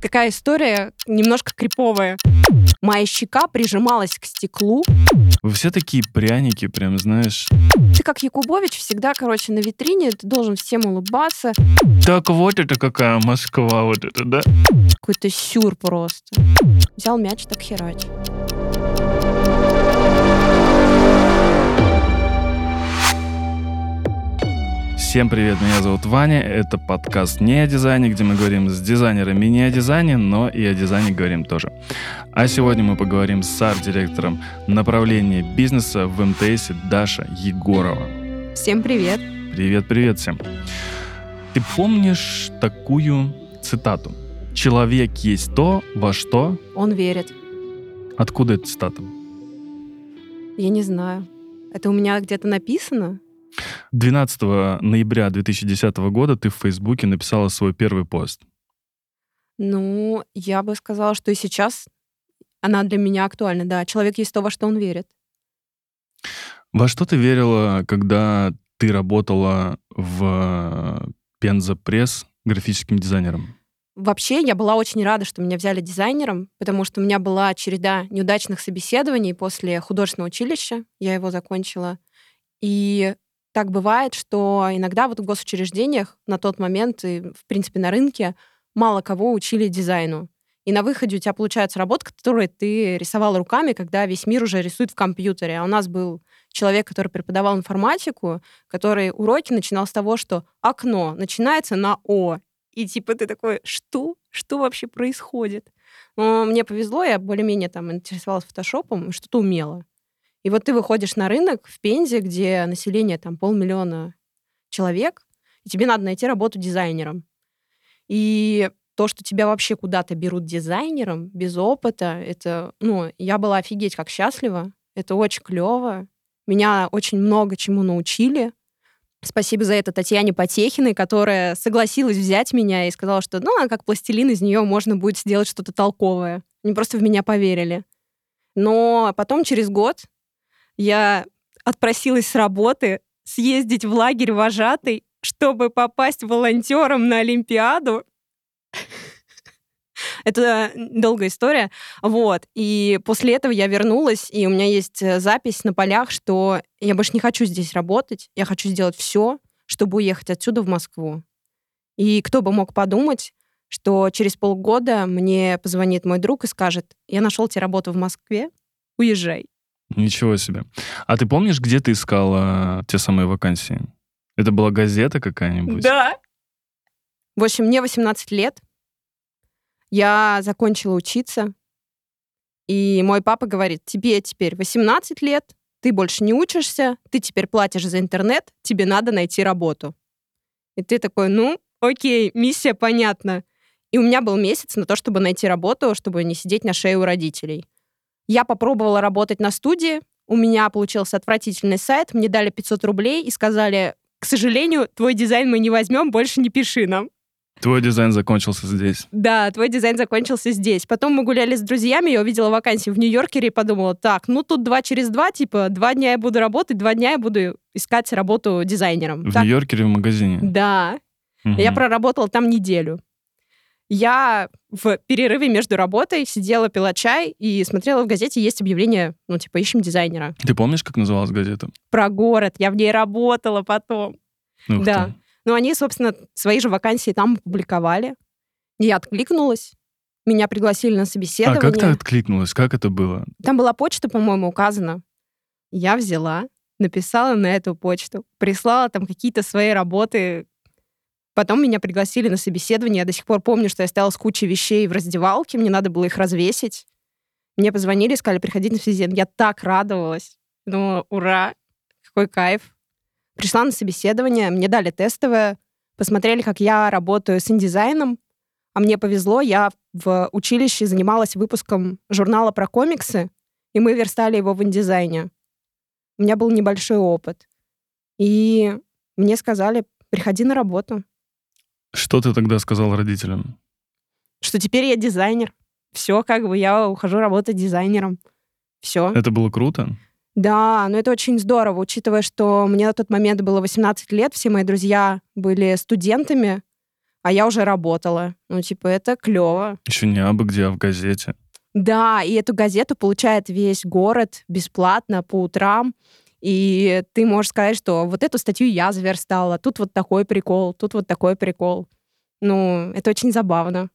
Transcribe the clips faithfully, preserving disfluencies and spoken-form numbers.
Такая история немножко криповая. Моя щека прижималась к стеклу. Вы все такие пряники, прям, знаешь. Ты как Якубович всегда, короче, на витрине, ты должен всем улыбаться. Так вот это какая Москва, вот это, да? Какой-то сюр просто. Взял мяч, так херать. Всем привет, меня зовут Ваня, это подкаст не о дизайне, где мы говорим с дизайнерами не о дизайне, но и о дизайне говорим тоже. А сегодня мы поговорим с арт-директором направления бизнеса в эм тэ эсе Даша Егорова. Всем привет. Привет-привет всем. Ты помнишь такую цитату? «Человек есть то, во что...» Он верит. Откуда эта цитата? Я не знаю. Это у меня где-то написано? двенадцатого ноября две тысячи десятого года ты в Фейсбуке написала свой первый пост. Ну, я бы сказала, что и сейчас она для меня актуальна. Да, человек есть то, во что он верит. Во что ты верила, когда ты работала в Пенза Пресс графическим дизайнером? Вообще, я была очень рада, что меня взяли дизайнером, потому что у меня была череда неудачных собеседований после художественного училища. Я его закончила. И так бывает, что иногда вот в госучреждениях на тот момент и, в принципе, на рынке мало кого учили дизайну. И на выходе у тебя получается работа, которую ты рисовал руками, когда весь мир уже рисует в компьютере. А у нас был человек, который преподавал информатику, который уроки начинал с того, что окно начинается на «о». И типа ты такой, что? Что вообще происходит? Но мне повезло, я более-менее там интересовалась фотошопом, что-то умела. И вот ты выходишь на рынок в Пензе, где население там полмиллиона человек, и тебе надо найти работу дизайнером. И то, что тебя вообще куда-то берут дизайнером без опыта, это, ну, я была офигеть как счастлива. Это очень клево. Меня очень много чему научили. Спасибо за это Татьяне Потехиной, которая согласилась взять меня и сказала, что, ну, а как пластилин, из нее можно будет сделать что-то толковое. Они просто в меня поверили. Но потом, через год, я отпросилась с работы съездить в лагерь вожатой, чтобы попасть волонтером на Олимпиаду. Это долгая история. Вот. И после этого я вернулась, и у меня есть запись на полях, что я больше не хочу здесь работать, я хочу сделать все, чтобы уехать отсюда в Москву. И кто бы мог подумать, что через полгода мне позвонит мой друг и скажет: я нашел тебе работу в Москве, уезжай. Ничего себе. А ты помнишь, где ты искала те самые вакансии? Это была газета какая-нибудь? Да. В общем, мне восемнадцать лет. Я закончила учиться, и мой папа говорит: тебе теперь восемнадцать лет, ты больше не учишься, ты теперь платишь за интернет, тебе надо найти работу. И ты такой: ну, окей, миссия понятна. И у меня был месяц на то, чтобы найти работу, чтобы не сидеть на шее у родителей. Я попробовала работать на студии, у меня получился отвратительный сайт, мне дали пятьсот рублей и сказали: к сожалению, твой дизайн мы не возьмем, больше не пиши нам. Твой дизайн закончился здесь. Да, твой дизайн закончился здесь. Потом мы гуляли с друзьями, я увидела вакансию в Нью-Йоркере и подумала: так, ну тут два через два, типа, два дня я буду работать, два дня я буду искать работу дизайнером. В Так? Нью-Йоркере в магазине? Да. Угу. Я проработала там неделю. Я в перерыве между работой сидела, пила чай и смотрела в газете, есть объявление, ну, типа, ищем дизайнера. Ты помнишь, как называлась газета? Про город. Я в ней работала потом. Ух да. ты. Ну, они, собственно, свои же вакансии там опубликовали. И я откликнулась. Меня пригласили на собеседование. А как ты откликнулась? Как это было? Там была почта, по-моему, указана. Я взяла, написала на эту почту, прислала там какие-то свои работы. Потом меня пригласили на собеседование. Я до сих пор помню, что я стояла с кучей вещей в раздевалке, мне надо было их развесить. Мне позвонили и сказали: приходи на собеседование. Я так радовалась. Думала: ура, какой кайф. Пришла на собеседование, мне дали тестовое, посмотрели, как я работаю с индизайном. А мне повезло, я в училище занималась выпуском журнала про комиксы, и мы верстали его в индизайне. У меня был небольшой опыт. И мне сказали: приходи на работу. Что ты тогда сказал родителям? Что теперь я дизайнер. Все, как бы я ухожу работать дизайнером. Все. Это было круто? Да, но это очень здорово, учитывая, что мне на тот момент было восемнадцать лет, все мои друзья были студентами, а я уже работала. Ну, типа, это клево. Еще не абы где, а в газете. Да, и эту газету получает весь город бесплатно по утрам. И ты можешь сказать, что вот эту статью я заверстала, тут вот такой прикол, тут вот такой прикол. Ну, это очень забавно.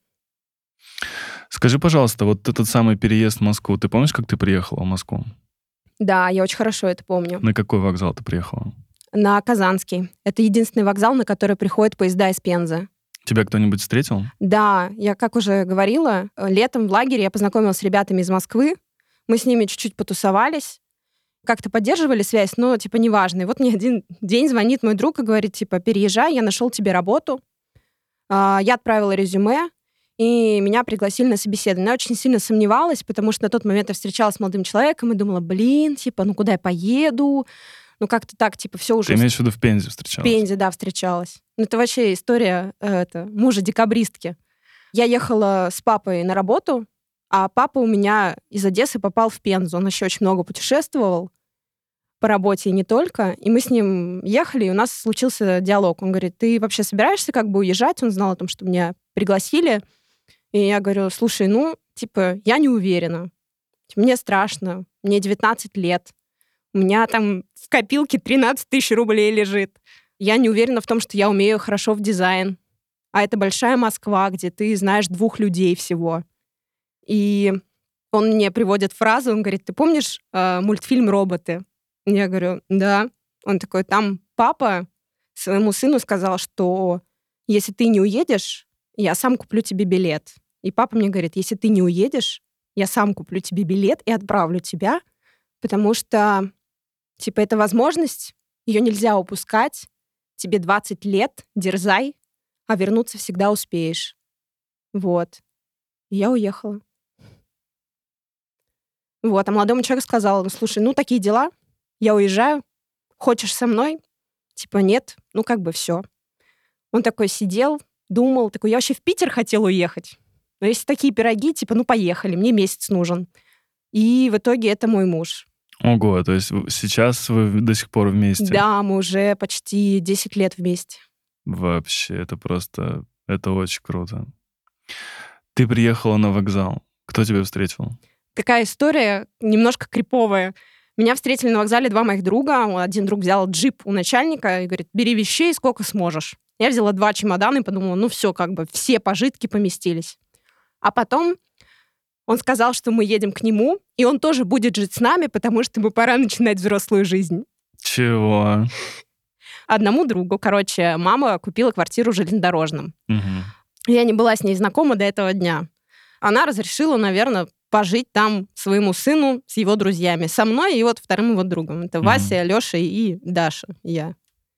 Скажи, пожалуйста, вот этот самый переезд в Москву, ты помнишь, как ты приехала в Москву? Да, я очень хорошо это помню. На какой вокзал ты приехала? На Казанский. Это единственный вокзал, на который приходят поезда из Пензы. Тебя кто-нибудь встретил? Да, я, как уже говорила, летом в лагере я познакомилась с ребятами из Москвы. Мы с ними чуть-чуть потусовались, как-то поддерживали связь, но, типа, неважно. И вот мне один день звонит мой друг и говорит, типа, переезжай, я нашел тебе работу. Я отправила резюме, и меня пригласили на собеседование. Я очень сильно сомневалась, потому что на тот момент я встречалась с молодым человеком и думала, блин, типа, ну куда я поеду? Ну как-то так, типа, все уже... Ты имеешь в виду в Пензе встречалась? В Пензе, да, встречалась. Ну это вообще история э, это, мужа-декабристки. Я ехала с папой на работу, а папа у меня из Одессы попал в Пензу. Он еще очень много путешествовал по работе и не только. И мы с ним ехали, и у нас случился диалог. Он говорит, ты вообще собираешься как бы уезжать? Он знал о том, что меня пригласили. И я говорю, слушай, ну, типа, я не уверена. Мне страшно. Мне девятнадцать лет. У меня там в копилке тринадцать тысяч рублей лежит. Я не уверена в том, что я умею хорошо в дизайн. А это большая Москва, где ты знаешь двух людей всего. И он мне приводит фразу, он говорит, ты помнишь э, мультфильм «Роботы»? Я говорю, да. Он такой, там папа своему сыну сказал, что если ты не уедешь, я сам куплю тебе билет. И папа мне говорит, если ты не уедешь, я сам куплю тебе билет и отправлю тебя, потому что, типа, это возможность, ее нельзя упускать. Тебе двадцать лет, дерзай, а вернуться всегда успеешь. Вот. И я уехала. Вот. А молодому человеку сказала, ну, слушай, ну, такие дела, я уезжаю, хочешь со мной? Типа, нет, ну, как бы все. Он такой сидел, думал, такой, я вообще в Питер хотел уехать. Но если такие пироги, типа, ну, поехали, мне месяц нужен. И в итоге это мой муж. Ого, то есть сейчас вы до сих пор вместе? Да, мы уже почти десять лет вместе. Вообще, это просто... Это очень круто. Ты приехала на вокзал. Кто тебя встретил? Такая история немножко криповая. Меня встретили на вокзале два моих друга. Один друг взял джип у начальника и говорит, бери вещей, сколько сможешь. Я взяла два чемодана и подумала, ну все, как бы все пожитки поместились. А потом он сказал, что мы едем к нему, и он тоже будет жить с нами, потому что ему пора начинать взрослую жизнь. Чего? Одному другу, короче, мама купила квартиру в железнодорожном. Угу. Я не была с ней знакома до этого дня. Она разрешила, наверное, пожить там своему сыну с его друзьями. Со мной и вот вторым его другом. Это угу. Вася, Леша и Даша, я.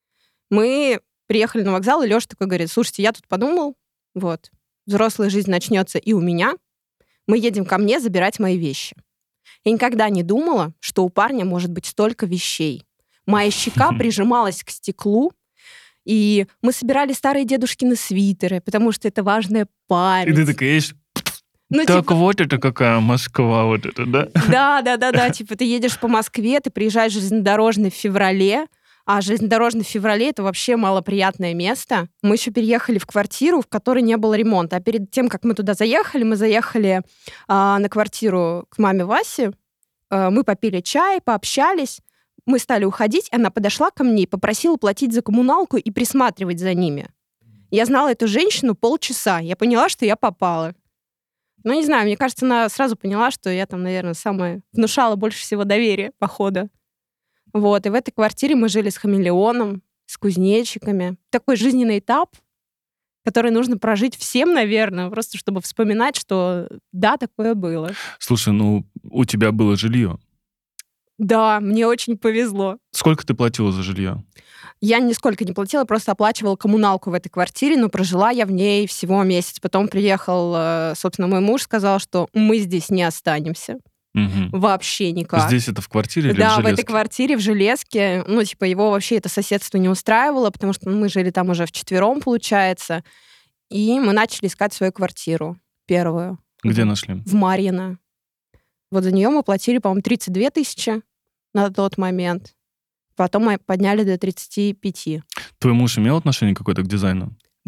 Мы приехали на вокзал, и Леша такой говорит, слушайте, я тут подумал, вот, взрослая жизнь начнется и у меня. Мы едем ко мне забирать мои вещи. Я никогда не думала, что у парня может быть столько вещей. Моя щека прижималась к стеклу, и мы собирали старые дедушкины свитеры, потому что это важная память. И ты такая, есть... Ну, так типа... вот это какая Москва, вот это, да? Да, да, да, да. Типа ты едешь по Москве, ты приезжаешь в железнодорожный в феврале, а железнодорожный в феврале — это вообще малоприятное место. Мы еще переехали в квартиру, в которой не было ремонта. А перед тем, как мы туда заехали, мы заехали а, на квартиру к маме Васе. А, мы попили чай, пообщались. Мы стали уходить, она подошла ко мне и попросила платить за коммуналку и присматривать за ними. Я знала эту женщину полчаса. Я поняла, что я попала. Ну, не знаю, мне кажется, она сразу поняла, что я там, наверное, самая внушала больше всего доверия, походу. Вот, и в этой квартире мы жили с хамелеоном, с кузнечиками. Такой жизненный этап, который нужно прожить всем, наверное, просто чтобы вспоминать, что да, такое было. Слушай, ну, у тебя было жилье. Да, мне очень повезло. Сколько ты платила за жилье? Я нисколько не платила, просто оплачивала коммуналку в этой квартире, но прожила я в ней всего месяц. Потом приехал, собственно, мой муж, сказал, что мы здесь не останемся. Угу. Вообще никак. Здесь это в квартире или да, в Железке? Да, в этой квартире, в Железке. Ну, типа, его вообще это соседство не устраивало, потому что ну, мы жили там уже вчетвером, получается. И мы начали искать свою квартиру первую. Где нашли? В Марьино. Вот за нее мы платили, по-моему, тридцать две тысячи на тот момент. Потом мы подняли до тридцати пяти. Твой муж имел отношение какое-то к дизайну?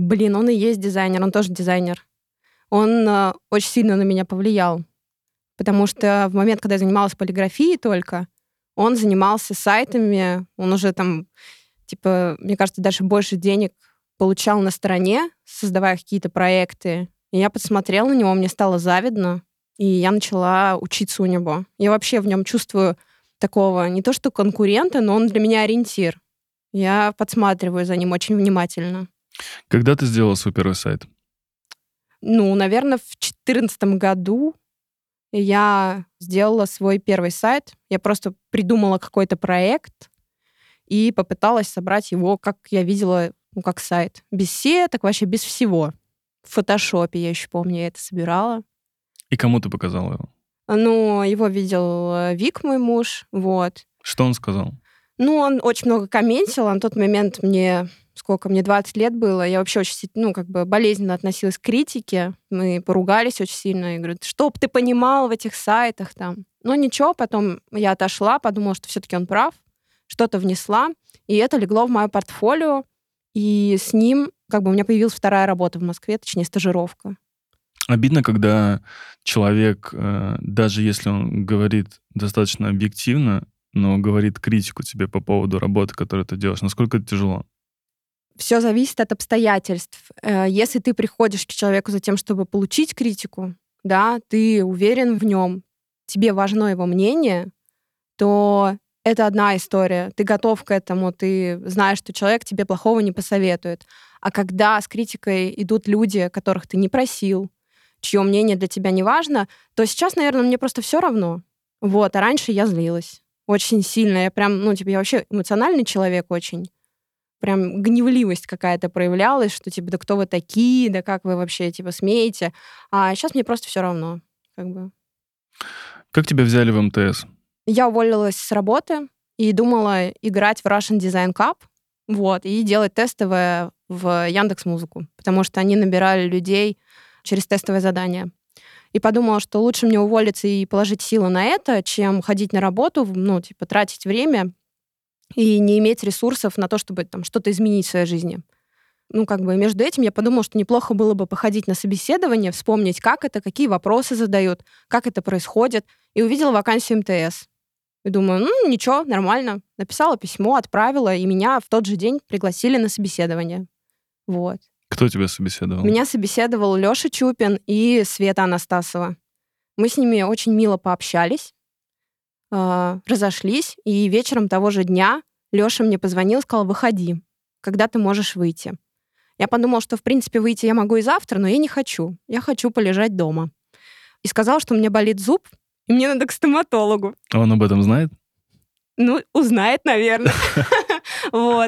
Блин, он и есть дизайнер, он тоже дизайнер. Он э, очень сильно на меня повлиял, потому что в момент, когда я занималась полиграфией только, он занимался сайтами, он уже там, типа, мне кажется, даже больше денег получал на стороне, создавая какие-то проекты. И я посмотрела на него, мне стало завидно, и я начала учиться у него. Я вообще в нем чувствую такого, не то что конкурента, но он для меня ориентир. Я подсматриваю за ним очень внимательно. Когда ты сделала свой первый сайт? Ну, наверное, в две тысячи четырнадцатом году я сделала свой первый сайт. Я просто придумала какой-то проект и попыталась собрать его, как я видела, ну, как сайт. Без сеток, вообще без всего. В фотошопе, я еще помню, я это собирала. И кому ты показала его? Ну, его видел Вик, мой муж, вот. Что он сказал? Ну, он очень много комментил. На тот момент мне, сколько, мне двадцать лет было. Я вообще очень, ну, как бы болезненно относилась к критике. Мы поругались очень сильно. Я говорю, чтоб ты понимал в этих сайтах там. Но ничего, потом я отошла, подумала, что все-таки он прав. Что-то внесла. И это легло в мое портфолио. И с ним как бы у меня появилась вторая работа в Москве, точнее, стажировка. Обидно, когда человек, даже если он говорит достаточно объективно, но говорит критику тебе по поводу работы, которую ты делаешь. Насколько это тяжело? Все зависит от обстоятельств. Если ты приходишь к человеку за тем, чтобы получить критику, да, ты уверен в нем, тебе важно его мнение, то это одна история. Ты готов к этому, ты знаешь, что человек тебе плохого не посоветует. А когда с критикой идут люди, которых ты не просил, чье мнение для тебя не важно, то сейчас, наверное, мне просто все равно. Вот, а раньше я злилась. Очень сильно. Я прям, ну, типа, я вообще эмоциональный человек очень. Прям гневливость какая-то проявлялась, что, типа, да кто вы такие, да как вы вообще, типа, смеете. А сейчас мне просто все равно, как бы. Как тебя взяли в эм тэ эс? Я уволилась с работы и думала играть в Russian Design Cup, вот, и делать тестовое в Яндекс.Музыку, потому что они набирали людей через тестовое задание. И подумала, что лучше мне уволиться и положить силы на это, чем ходить на работу, ну, типа, тратить время и не иметь ресурсов на то, чтобы там что-то изменить в своей жизни. Ну, как бы между этим я подумала, что неплохо было бы походить на собеседование, вспомнить, как это, какие вопросы задают, как это происходит. И увидела вакансию эм тэ эс. И думаю, ну, ничего, нормально. Написала письмо, отправила, и меня в тот же день пригласили на собеседование. Вот. Кто тебя собеседовал? Меня собеседовал Лёша Чупин и Света Анастасова. Мы с ними очень мило пообщались, э, разошлись, и вечером того же дня Лёша мне позвонил и сказал, выходи, когда ты можешь выйти. Я подумала, что, в принципе, выйти я могу и завтра, но я не хочу. Я хочу полежать дома. И сказал, что у меня болит зуб, и мне надо к стоматологу. А он об этом знает? Ну, узнает, наверное. Вот.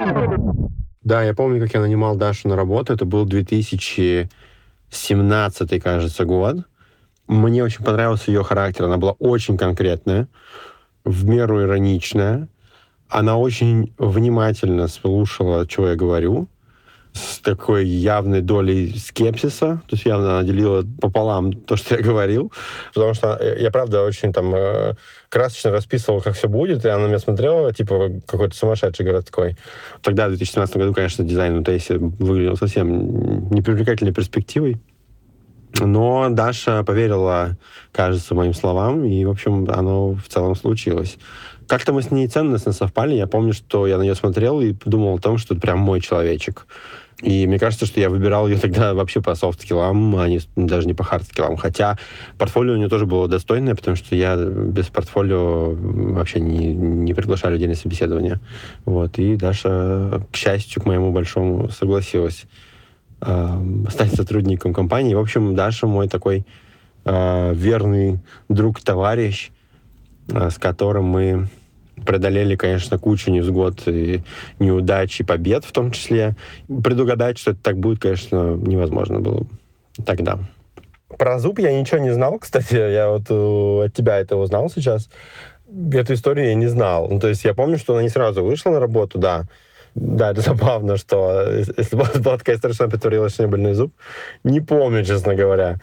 Да, я помню, как я нанимал Дашу на работу. Это был две тысячи семнадцатый, кажется, год. Мне очень понравился ее характер. Она была очень конкретная, в меру ироничная. Она очень внимательно слушала, что я говорю, с такой явной долей скепсиса. То есть явно она делила пополам то, что я говорил. Потому что я, правда, очень там красочно расписывал, как все будет, и она на меня смотрела, типа, какой-то сумасшедший городской. Тогда, в две тысячи семнадцатом году, конечно, дизайн в ТЭСе выглядел совсем непривлекательной перспективой. Но Даша поверила, кажется, моим словам, и, в общем, оно в целом случилось. Как-то мы с ней ценностно совпали. Я помню, что я на нее смотрел и думал о том, что это прям мой человечек. И мне кажется, что я выбирал ее тогда вообще по софт-скиллам, а не, даже не по хард-скиллам. Хотя портфолио у нее тоже было достойное, потому что я без портфолио вообще не, не приглашаю людей на собеседование. Вот. И Даша, к счастью, к моему большому, согласилась э, стать сотрудником компании. В общем, Даша мой такой э, верный друг-товарищ, э, с которым мы преодолели, конечно, кучу невзгод и неудач, и побед в том числе. Предугадать, что это так будет, конечно, невозможно было тогда. Про зуб я ничего не знал, кстати. Я вот от тебя это узнал сейчас. Эту историю я не знал. Ну, то есть я помню, что она не сразу вышла на работу, да. Да, это забавно, что если была такая история, что она притворила, что у нее больной зуб. Не помню, честно говоря.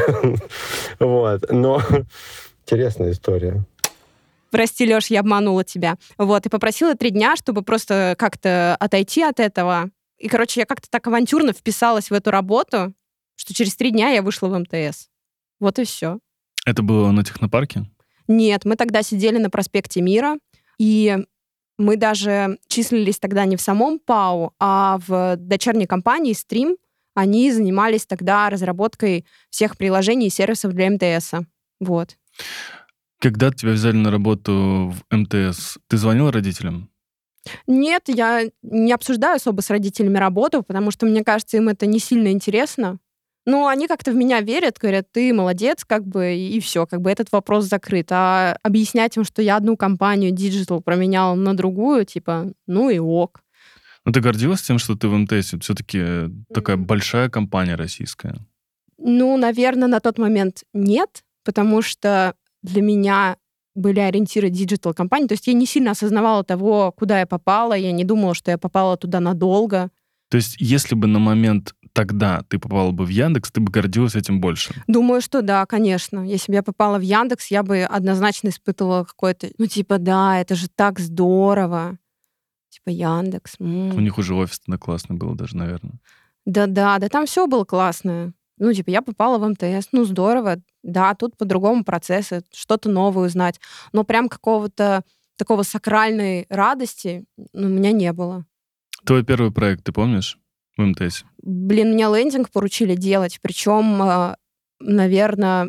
Вот. Но интересная история. Прости, Лёш, я обманула тебя. Вот, и попросила три дня, чтобы просто как-то отойти от этого. И, короче, я как-то так авантюрно вписалась в эту работу, что через три дня я вышла в эм тэ эс. Вот и все. Это было на технопарке? Нет, мы тогда сидели на проспекте Мира, и мы даже числились тогда не в самом ПАО, а в дочерней компании Stream. Они занимались тогда разработкой всех приложений и сервисов для эм тэ эса. Вот. Когда тебя взяли на работу в эм тэ эс, ты звонил родителям? Нет, я не обсуждаю особо с родителями работу, потому что, мне кажется, им это не сильно интересно. Но они как-то в меня верят, говорят, ты молодец, как бы, и все, как бы этот вопрос закрыт. А объяснять им, что я одну компанию диджитал променяла на другую, типа, ну и ок. Ну, ты гордилась тем, что ты в эм тэ эсе? Все-таки такая большая компания российская. Ну, наверное, на тот момент нет, потому что для меня были ориентиры диджитал-компании. То есть я не сильно осознавала того, куда я попала. Я не думала, что я попала туда надолго. То есть если бы на момент тогда ты попала бы в Яндекс, ты бы гордилась этим больше? Думаю, что да, конечно. Если бы я попала в Яндекс, я бы однозначно испытывала какое-то... Ну, типа, да, это же так здорово. Типа, Яндекс. м. У них уже офис-то классный был даже, наверное. Да-да, да там все было классно. Ну, типа, я попала в эм тэ эс, ну, здорово. Да, тут по-другому процессы, что-то новое узнать. Но прям какого-то такого сакральной радости ну, у меня не было. Твой первый проект, ты помнишь, в эм тэ эсе? Блин, мне лендинг поручили делать, причем, наверное,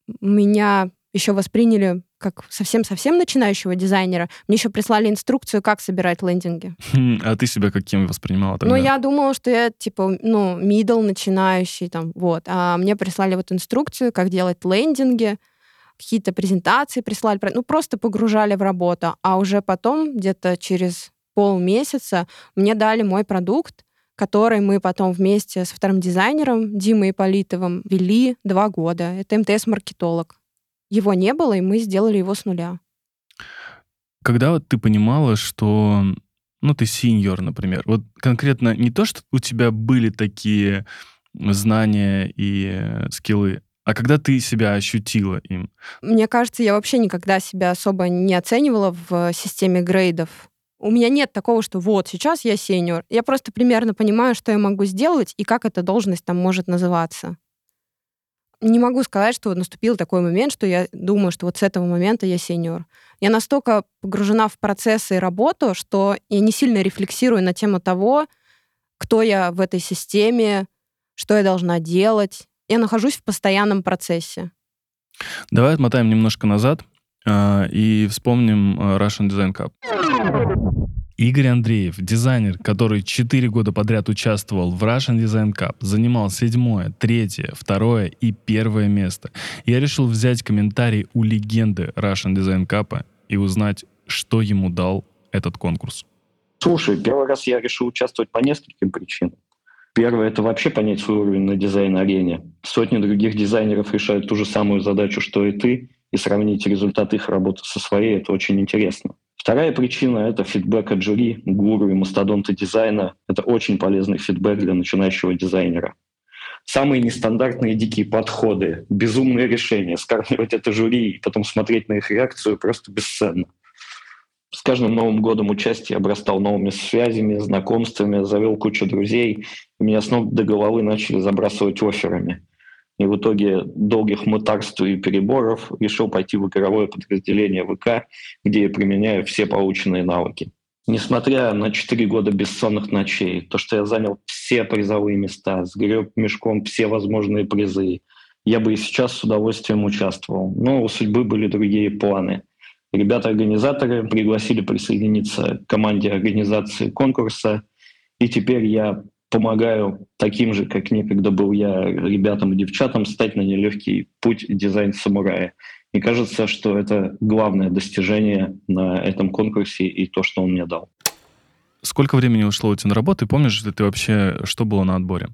меня еще восприняли как совсем-совсем начинающего дизайнера. Мне еще прислали инструкцию, как собирать лендинги. А ты себя каким воспринимала тогда? Ну, я думала, что я, типа, ну, middle начинающий, там, вот. А мне прислали вот инструкцию, как делать лендинги, какие-то презентации прислали, ну, просто погружали в работу. А уже потом, где-то через полмесяца, мне дали мой продукт, который мы потом вместе со вторым дизайнером Димой Ипполитовым вели два года. Это эм тэ эс-маркетолог. Его не было, и мы сделали его с нуля. Когда вот ты понимала, что, ну, ты синьор, например, вот конкретно не то, что у тебя были такие знания и э, скиллы, а когда ты себя ощутила им? Мне кажется, я вообще никогда себя особо не оценивала в системе грейдов. У меня нет такого, что вот, сейчас я сеньор. Я просто примерно понимаю, что я могу сделать и как эта должность там может называться. Не могу сказать, что наступил такой момент, что я думаю, что вот с этого момента я сеньор. Я настолько погружена в процессы и работу, что я не сильно рефлексирую на тему того, кто я в этой системе, что я должна делать. Я нахожусь в постоянном процессе. Давай отмотаем немножко назад э, и вспомним э, Russian Design Cup. Игорь Андреев, дизайнер, который четыре года подряд участвовал в Russian Design Cup, занимал седьмое, третье, второе и первое место. Я решил взять комментарий у легенды Russian Design Cup и узнать, что ему дал этот конкурс. Слушай, первый раз я решил участвовать по нескольким причинам. Первое — это вообще понять свой уровень на дизайн-арене. Сотни других дизайнеров решают ту же самую задачу, что и ты, и сравнить результат их работы со своей — это очень интересно. Вторая причина — это фидбэк от жюри, гуру и мастодонта дизайна. Это очень полезный фидбэк для начинающего дизайнера. Самые нестандартные дикие подходы, безумные решения, скармливать это жюри и потом смотреть на их реакцию просто бесценно. С каждым Новым годом участия обрастал новыми связями, знакомствами, завел кучу друзей, и меня с ног до головы начали забрасывать офферами. И в итоге долгих мытарств и переборов решил пойти в игровое подразделение вэ ка, где я применяю все полученные навыки. Несмотря на четыре года бессонных ночей, то, что я занял все призовые места, сгреб мешком все возможные призы, я бы и сейчас с удовольствием участвовал. Но у судьбы были другие планы. Ребята-организаторы пригласили присоединиться к команде организации конкурса, и теперь я помогаю таким же, как некогда был я, ребятам и девчатам стать на нелегкий путь дизайн-самурая. Мне кажется, что это главное достижение на этом конкурсе и то, что он мне дал. Сколько времени ушло у тебя на работу? И помнишь ли ты вообще, что было на отборе?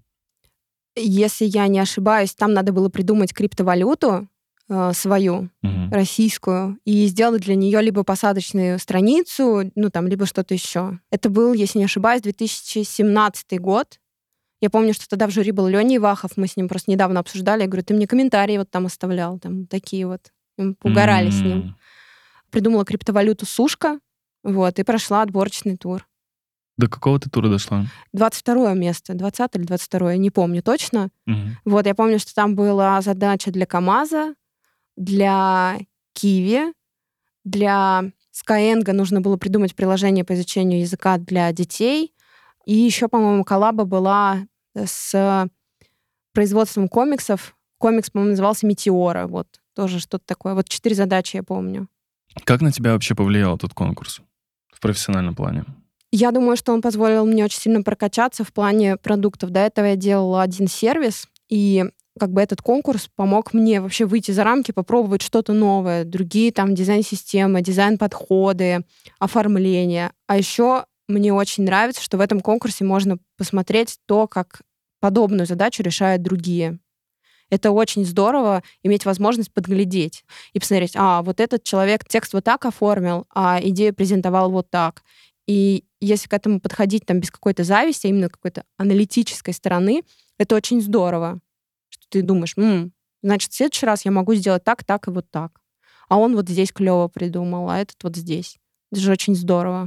Если я не ошибаюсь, там надо было придумать криптовалюту э, свою, Угу. российскую, и сделать для нее либо посадочную страницу, ну там, либо что-то еще. Это был, если не ошибаюсь, две тысячи семнадцатый год. Я помню, что тогда в жюри был Леня Ивахов, мы с ним просто недавно обсуждали. Я говорю, ты мне комментарии вот там оставлял, там такие вот. Мы угорали с ним. Придумала криптовалюту Сушка, вот, и прошла отборочный тур. До какого ты тура дошла? двадцать второе место, двадцатое или двадцать второе, не помню точно. Угу. Вот, я помню, что там была задача для КамАЗа, для Киви, для Skyeng нужно было придумать приложение по изучению языка для детей. И еще, по-моему, коллаба была с производством комиксов. Комикс, по-моему, назывался «Метеора». Вот, тоже что-то такое. Вот четыре задачи я помню. Как на тебя вообще повлиял этот конкурс в профессиональном плане? Я думаю, что он позволил мне очень сильно прокачаться в плане продуктов. До этого я делала один сервис, и как бы этот конкурс помог мне вообще выйти за рамки, попробовать что-то новое, другие там дизайн-системы, дизайн-подходы, оформление. А еще мне очень нравится, что в этом конкурсе можно посмотреть то, как подобную задачу решают другие. Это очень здорово иметь возможность подглядеть и посмотреть, а, вот этот человек текст вот так оформил, а идею презентовал вот так. И если к этому подходить там без какой-то зависти, а именно какой-то аналитической стороны, это очень здорово. Что ты думаешь, М, значит, в следующий раз я могу сделать так, так и вот так. А он вот здесь клево придумал, а этот вот здесь. Это же очень здорово.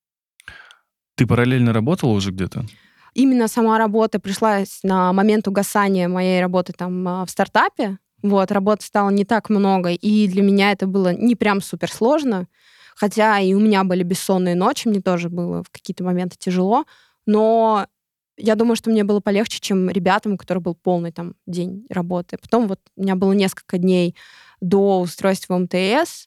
Ты параллельно работала уже где-то? Именно сама работа пришлась на момент угасания моей работы там в стартапе. Вот, работы стало не так много, и для меня это было не прям суперсложно. Хотя и у меня были бессонные ночи, мне тоже было в какие-то моменты тяжело, но я думаю, что мне было полегче, чем ребятам, у которых был полный там день работы. Потом вот у меня было несколько дней до устройства в МТС,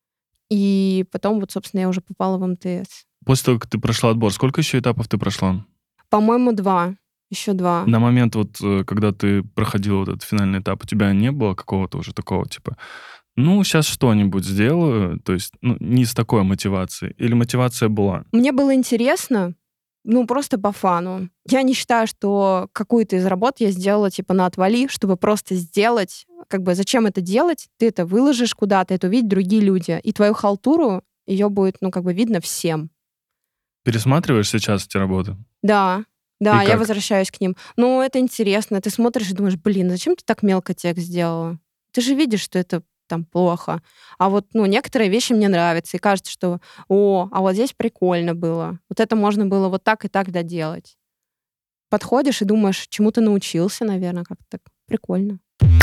и потом вот, собственно, я уже попала в МТС. После того, как ты прошла отбор, сколько еще этапов ты прошла? По-моему, два. Еще два. На момент, вот, когда ты проходила вот этот финальный этап, у тебя не было какого-то уже такого, типа, ну, сейчас что-нибудь сделаю, то есть ну, не с такой мотивацией? Или мотивация была? Мне было интересно, ну, просто по фану. Я не считаю, что какую-то из работ я сделала, типа, на отвали, чтобы просто сделать. Как бы, зачем это делать? Ты это выложишь куда-то, это увидят другие люди. И твою халтуру, ее будет, ну, как бы, видно всем. Пересматриваешь сейчас эти работы? Да. Да, И я как? возвращаюсь к ним. Ну, это интересно. Ты смотришь и думаешь, блин, зачем ты так мелко текст сделала? Ты же видишь, что это там плохо. А вот, ну, некоторые вещи мне нравятся, и кажется, что, о, а вот здесь прикольно было. Вот это можно было вот так и так доделать. Подходишь и думаешь, чему ты научился, наверное, как-то так. Прикольно.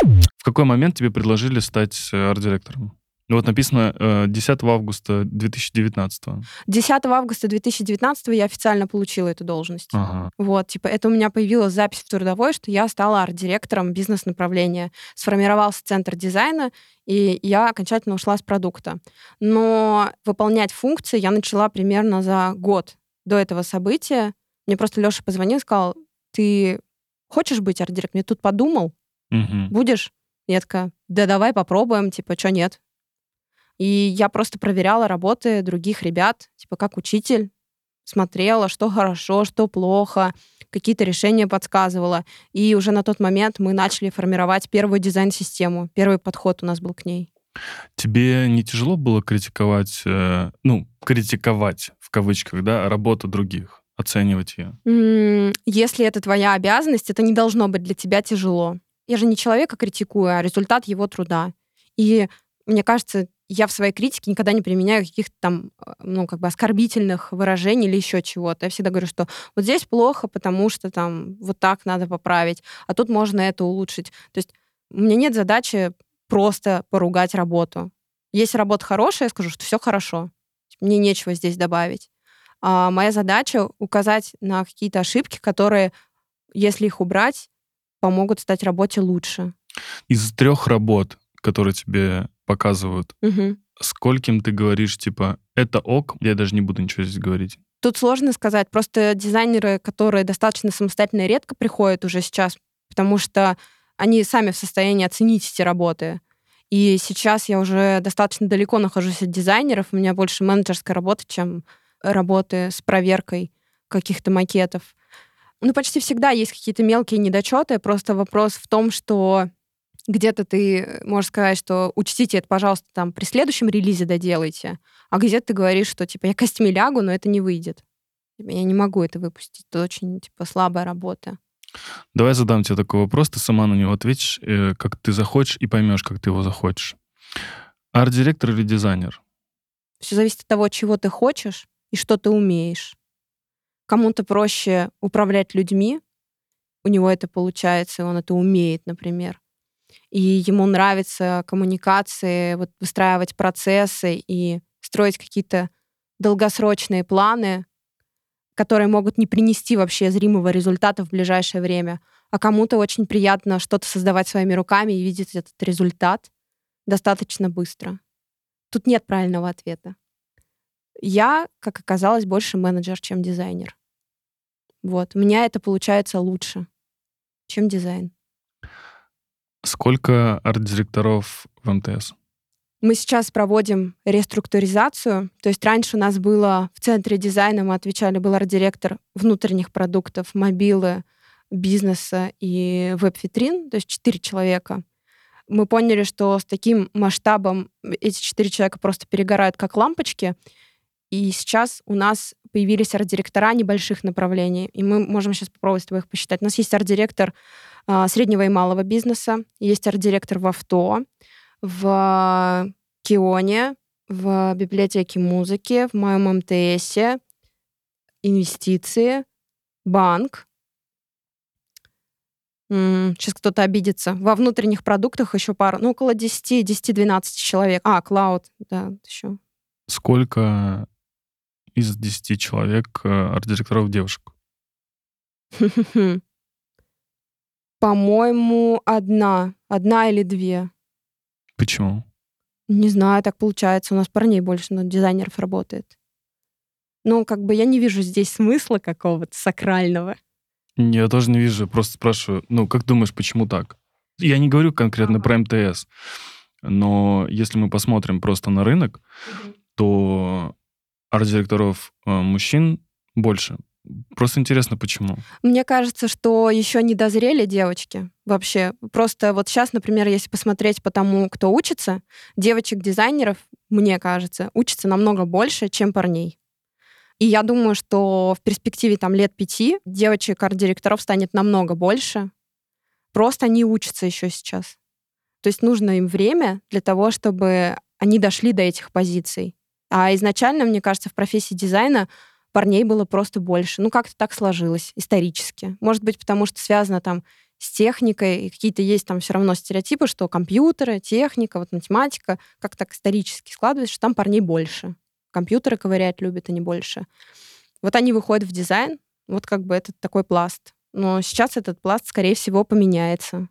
В какой момент тебе предложили стать э, арт-директором? Ну, вот написано э, десятого августа две тысячи девятнадцатого. десятого августа две тысячи девятнадцатого я официально получила эту должность. Ага. Вот, типа, это у меня появилась запись в трудовой, что я стала арт-директором бизнес-направления. Сформировался центр дизайна, и я окончательно ушла с продукта. Но выполнять функции я начала примерно за год до этого события. Мне просто Леша позвонил и сказал, ты хочешь быть арт-директором? Я тут подумал, Мгм. будешь? Я такая, да давай попробуем, типа, что нет? И я просто проверяла работы других ребят, типа, как учитель, смотрела, что хорошо, что плохо, какие-то решения подсказывала. И уже на тот момент мы начали формировать первую дизайн-систему. Первый подход у нас был к ней. Тебе не тяжело было критиковать, э, ну, критиковать, в кавычках, да, работу других, оценивать ее? М, Если это твоя обязанность, это не должно быть для тебя тяжело. Я же не человека критикую, а результат его труда. И мне кажется, я в своей критике никогда не применяю каких-то там, э, ну, как бы оскорбительных выражений или еще чего-то. Я всегда говорю, что вот здесь плохо, потому что там вот так надо поправить, а тут можно это улучшить. То есть у меня нет задачи просто поругать работу. Если работа хорошая, я скажу, что все хорошо. Мне нечего здесь добавить. А моя задача указать на какие-то ошибки, которые, если их убрать, помогут стать работе лучше. Из трех работ, которые тебе показывают, Мгм. скольким ты говоришь, типа, это ок, я даже не буду ничего здесь говорить? Тут сложно сказать. Просто дизайнеры, которые достаточно самостоятельно и редко приходят уже сейчас, потому что они сами в состоянии оценить эти работы. И сейчас я уже достаточно далеко нахожусь от дизайнеров. У меня больше менеджерская работа, чем работы с проверкой каких-то макетов. Ну, почти всегда есть какие-то мелкие недочеты. Просто вопрос в том, что где-то ты можешь сказать, что учтите это, пожалуйста, там при следующем релизе доделайте, а где-то ты говоришь, что типа я костями лягу, но это не выйдет. Типа, я не могу это выпустить. Это очень типа слабая работа. Давай задам тебе такой вопрос, ты сама на него ответишь, э, как ты захочешь, и поймешь, как ты его захочешь. Арт-директор или дизайнер? Все зависит от того, чего ты хочешь и что ты умеешь. Кому-то проще управлять людьми, у него это получается, он это умеет, например. И ему нравится коммуникации, вот выстраивать процессы и строить какие-то долгосрочные планы, которые могут не принести вообще зримого результата в ближайшее время. А кому-то очень приятно что-то создавать своими руками и видеть этот результат достаточно быстро. Тут нет правильного ответа. Я, как оказалось, больше менеджер, чем дизайнер. Вот. У меня это получается лучше, чем дизайн. Сколько арт-директоров в эм тэ эс? Мы сейчас проводим реструктуризацию. То есть раньше у нас было в центре дизайна, мы отвечали, был арт-директор внутренних продуктов, мобилы, бизнеса и веб-витрин, то есть четыре человека. Мы поняли, что с таким масштабом эти четыре человека просто перегорают как лампочки. И сейчас у нас появились арт-директора небольших направлений, и мы можем сейчас попробовать с тобой их посчитать. У нас есть арт-директор а, среднего и малого бизнеса, есть арт-директор в авто, в Кионе, в библиотеке музыки, в моем эм тэ эсе, инвестиции, банк. М, Сейчас кто-то обидится. Во внутренних продуктах еще пару, ну, около десять-двенадцать человек. А, клауд, да, еще. Сколько из десяти человек э, арт-директоров девушек? По-моему, одна. Одна или две. Почему? Не знаю, так получается. У нас парней больше, но дизайнеров работает. Ну, как бы я не вижу здесь смысла какого-то сакрального. Я тоже не вижу, просто спрашиваю, ну, как думаешь, почему так? Я не говорю конкретно про эм тэ эс, но если мы посмотрим просто на рынок, то арт-директоров э, мужчин больше. Просто интересно, почему. Мне кажется, что еще не дозрели девочки вообще. Просто вот сейчас, например, если посмотреть по тому, кто учится, девочек-дизайнеров, мне кажется, учатся намного больше, чем парней. И я думаю, что в перспективе там лет пяти девочек-арт-директоров станет намного больше. Просто они учатся еще сейчас. То есть нужно им время для того, чтобы они дошли до этих позиций. А изначально, мне кажется, в профессии дизайна парней было просто больше. Ну, как-то так сложилось исторически. Может быть, потому что связано там с техникой, и какие-то есть там все равно стереотипы, что компьютеры, техника, вот математика, как так исторически складывается, что там парней больше. Компьютеры ковырять любят, они больше. Вот они выходят в дизайн, вот как бы это такой пласт. Но сейчас этот пласт, скорее всего, поменяется.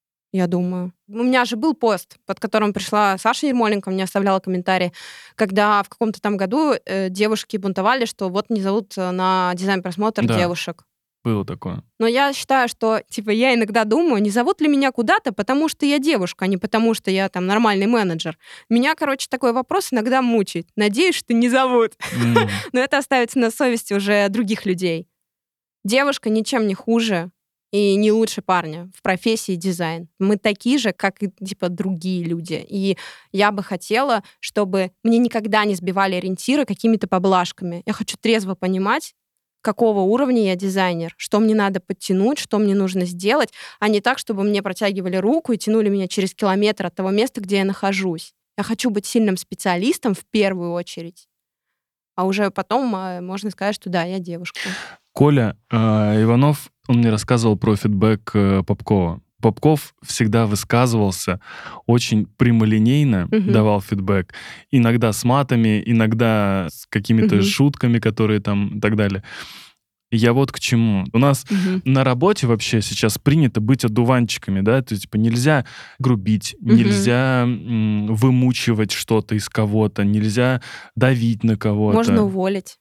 Я думаю. У меня же был пост, под которым пришла Саша Ермоленко, мне оставляла комментарий, когда в каком-то там году э, девушки бунтовали, что вот не зовут на дизайн-просмотр Да. девушек. Было такое. Но я считаю, что, типа, я иногда думаю, не зовут ли меня куда-то, потому что я девушка, а не потому что я там нормальный менеджер. Меня, короче, такой вопрос иногда мучает. Надеюсь, что не зовут. М. Но это оставится на совести уже других людей. Девушка ничем не хуже и не лучше парня в профессии дизайн. Мы такие же, как и типа другие люди. И я бы хотела, чтобы мне никогда не сбивали ориентиры какими-то поблажками. Я хочу трезво понимать, какого уровня я дизайнер, что мне надо подтянуть, что мне нужно сделать, а не так, чтобы мне протягивали руку и тянули меня через километр от того места, где я нахожусь. Я хочу быть сильным специалистом в первую очередь. А уже потом э, можно сказать, что да, я девушка. Коля э, Иванов, он мне рассказывал про фидбэк э, Попкова. Попков всегда высказывался очень прямолинейно, Мгм. давал фидбэк. Иногда с матами, иногда с какими-то Мгм. шутками, которые там и так далее. Я вот к чему. У нас Мгм. на работе вообще сейчас принято быть одуванчиками, да, то есть типа нельзя грубить, Мгм. нельзя м, вымучивать что-то из кого-то, нельзя давить на кого-то. Можно уволить.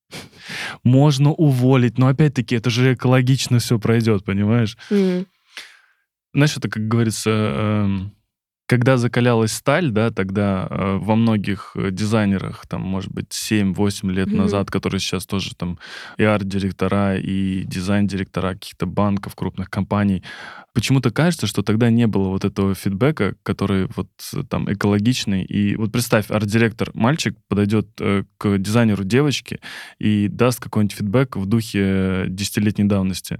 Можно уволить, но опять-таки это же экологично все пройдет, понимаешь? М. Знаешь, это, как говорится, эм, когда закалялась сталь, да, тогда э, во многих э, дизайнерах, там, может быть, семь-восемь лет Мгм. назад, которые сейчас тоже там и арт-директора, и дизайн-директора каких-то банков, крупных компаний, почему-то кажется, что тогда не было вот этого фидбэка, который вот э, там экологичный. И вот представь, арт-директор мальчик подойдет э, к дизайнеру девочки и даст какой-нибудь фидбэк в духе э, десятилетней давности.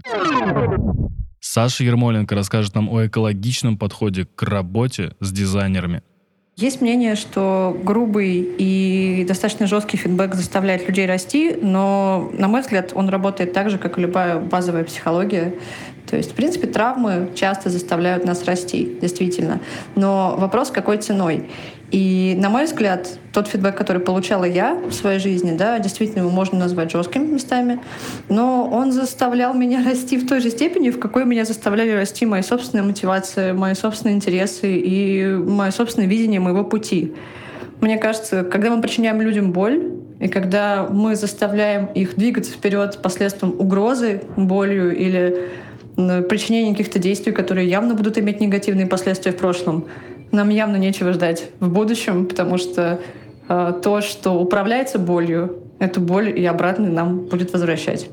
Саша Ермоленко расскажет нам о экологичном подходе к работе с дизайнерами. Есть мнение, что грубый и достаточно жесткий фидбэк заставляет людей расти, но, на мой взгляд, он работает так же, как и любая базовая психология. То есть, в принципе, травмы часто заставляют нас расти, действительно. Но вопрос, какой ценой. И, на мой взгляд, тот фидбэк, который получала я в своей жизни, да, действительно его можно назвать жесткими местами, но он заставлял меня расти в той же степени, в какой меня заставляли расти мои собственные мотивации, мои собственные интересы и мое собственное видение моего пути. Мне кажется, когда мы причиняем людям боль, и когда мы заставляем их двигаться вперед посредством угрозы, болью или причинения каких-то действий, которые явно будут иметь негативные последствия в прошлом, нам явно нечего ждать в будущем, потому что э, то, что управляется болью, эту боль и обратно нам будет возвращать.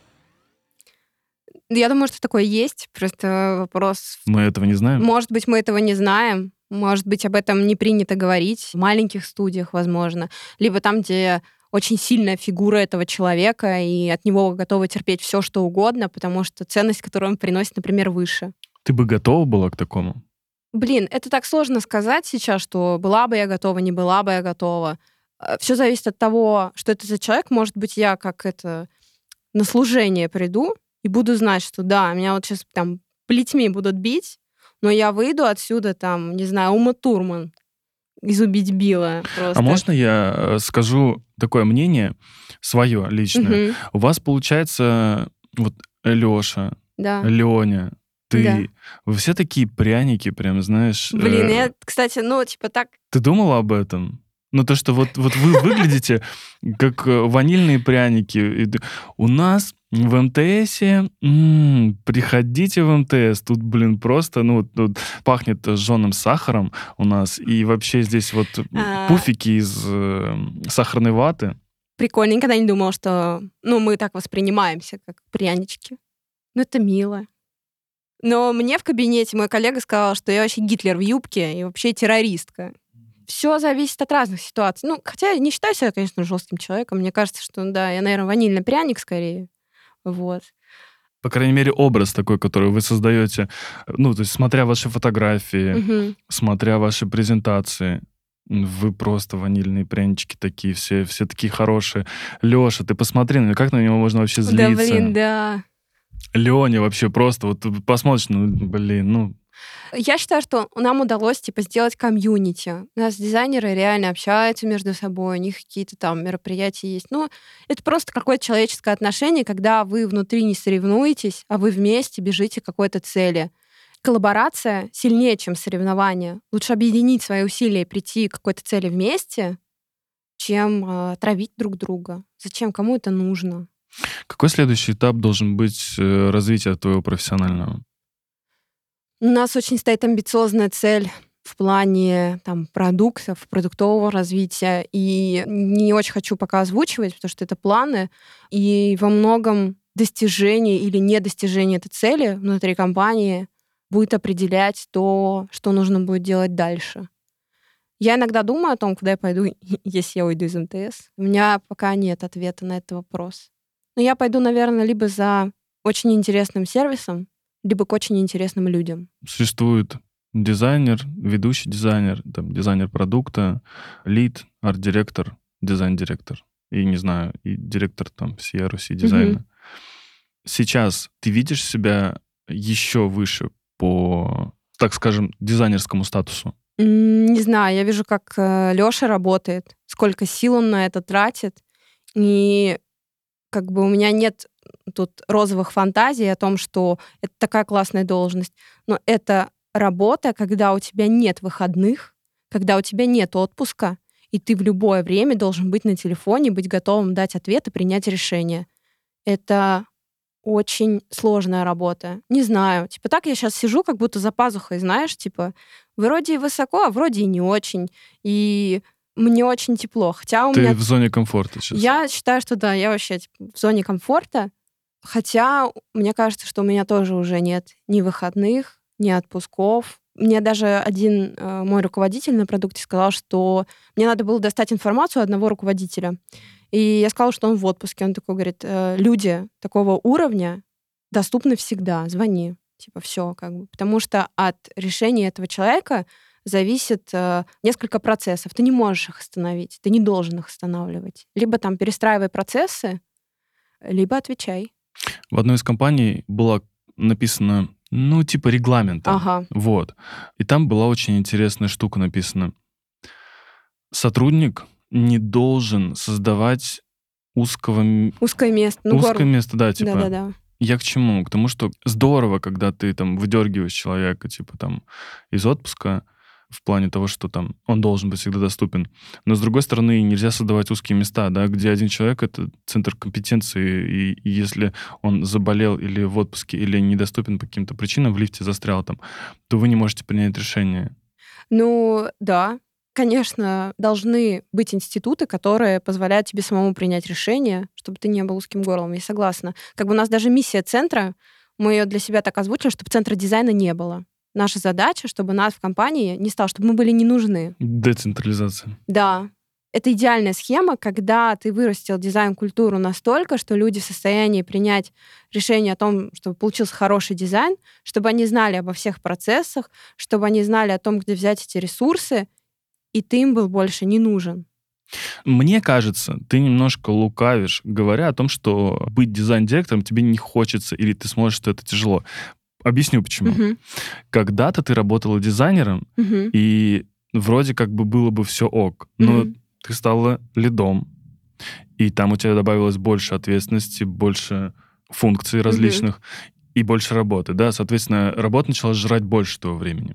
Я думаю, что такое есть. Просто вопрос... Мы этого не знаем? Может быть, мы этого не знаем. Может быть, об этом не принято говорить. В маленьких студиях, возможно. Либо там, где очень сильная фигура этого человека, и от него готовы терпеть все, что угодно, потому что ценность, которую он приносит, например, выше. Ты бы готова была к такому? Блин, это так сложно сказать сейчас, что была бы я готова, не была бы я готова. Все зависит от того, что это за человек. Может быть, я как это на служение приду и буду знать, что да, меня вот сейчас там плетьми будут бить, но я выйду отсюда там, не знаю, Ума Турман из «Убить Билла». Просто. А можно я скажу такое мнение свое личное? Угу. У вас получается вот Лёша, да. Лёня, ты, да. вы все такие пряники, прям, знаешь... Блин, э... я, кстати, ну, типа так... Ты думала об этом? Ну, то, что вот, вот вы выглядите как ванильные пряники. У нас в эм тэ эсе, м-м, приходите в эм тэ эс, тут, блин, просто, ну, тут пахнет жженым сахаром у нас, и вообще здесь вот А... пуфики из э, сахарной ваты. Прикольно, никогда не думала, что, ну, мы так воспринимаемся, как прянички. Ну, это мило. Но мне в кабинете мой коллега сказал, что я вообще Гитлер в юбке и вообще террористка. Все зависит от разных ситуаций. Ну, хотя я не считаю себя, конечно, жестким человеком. Мне кажется, что, да, я, наверное, ванильный пряник скорее. Вот. По крайней мере, образ такой, который вы создаете, ну, то есть смотря ваши фотографии, угу. смотря ваши презентации, вы просто ванильные прянички такие, все, все такие хорошие. Лёша, ты посмотри, ну как на него можно вообще злиться? Да, блин, да. Лёня вообще просто, вот посмотришь, ну, блин, ну... Я считаю, что нам удалось, типа, сделать комьюнити. У нас дизайнеры реально общаются между собой, у них какие-то там мероприятия есть. Ну, это просто какое-то человеческое отношение, когда вы внутри не соревнуетесь, а вы вместе бежите к какой-то цели. Коллаборация сильнее, чем соревнование. Лучше объединить свои усилия и прийти к какой-то цели вместе, чем э, травить друг друга. Зачем? Кому это нужно? Какой следующий этап должен быть э, развития твоего профессионального? У нас очень стоит амбициозная цель в плане там, продуктов, продуктового развития. И не очень хочу пока озвучивать, потому что это планы. И во многом достижение или недостижение этой цели внутри компании будет определять то, что нужно будет делать дальше. Я иногда думаю о том, куда я пойду, если я уйду из эм тэ эс. У меня пока нет ответа на этот вопрос. Но я пойду, наверное, либо за очень интересным сервисом, либо к очень интересным людям. Существует дизайнер, ведущий дизайнер, там, дизайнер продукта, лид, арт-директор, дизайн-директор. И, не знаю, и директор там всей Руси дизайна. Mm-hmm. Сейчас ты видишь себя еще выше по, так скажем, дизайнерскому статусу? Не знаю, я вижу, как Лёша работает, сколько сил он на это тратит. И как бы у меня нет тут розовых фантазий о том, что это такая классная должность. Но это работа, когда у тебя нет выходных, когда у тебя нет отпуска, и ты в любое время должен быть на телефоне, быть готовым дать ответ и принять решение. Это очень сложная работа. Не знаю. Типа так я сейчас сижу, как будто за пазухой, знаешь, типа вроде и высоко, а вроде и не очень. И мне очень тепло. Хотя у Ты меня... в зоне комфорта сейчас? Я считаю, что да, я вообще типа, в зоне комфорта. Хотя мне кажется, что у меня тоже уже нет ни выходных, ни отпусков. Мне даже один э, мой руководитель на продукте сказал, что мне надо было достать информацию одного руководителя. И я сказала, что он в отпуске. Он такой говорит, э, люди такого уровня доступны всегда, звони. Типа все, как бы. Потому что от решения этого человека зависит э, несколько процессов. Ты не можешь их остановить, ты не должен их останавливать. Либо там перестраивай процессы, либо отвечай. В одной из компаний было написано, ну, типа регламента. Ага. Вот. И там была очень интересная штука написана. Сотрудник не должен создавать узкого... м- Узкое место. Ну, узкое горло. место, да, типа. Да-да-да. Я к чему? К тому, что здорово, когда ты там выдергиваешь человека, типа там, из отпуска, в плане того, что там он должен быть всегда доступен. Но, с другой стороны, нельзя создавать узкие места, да, где один человек — это центр компетенции, и, и если он заболел или в отпуске, или недоступен по каким-то причинам, в лифте застрял там, то вы не можете принять решение. Ну, да. Конечно, должны быть институты, которые позволяют тебе самому принять решение, чтобы ты не был узким горлом. Я согласна. Как бы у нас даже миссия центра, мы ее для себя так озвучили, чтобы центра дизайна не было. Наша задача, чтобы нас в компании не стало, чтобы мы были не нужны. Децентрализация. Да. Это идеальная схема, когда ты вырастил дизайн-культуру настолько, что люди в состоянии принять решение о том, чтобы получился хороший дизайн, чтобы они знали обо всех процессах, чтобы они знали о том, где взять эти ресурсы, и ты им был больше не нужен. Мне кажется, ты немножко лукавишь, говоря о том, что быть дизайн-директором тебе не хочется, или ты смотришь, что это тяжело. Объясню, почему. Мгм. Когда-то ты работала дизайнером, Мгм. и вроде как бы было бы все ок, но Мгм. ты стала лидом, и там у тебя добавилось больше ответственности, больше функций различных и больше работы, да, соответственно, работа начала жрать больше твоего времени.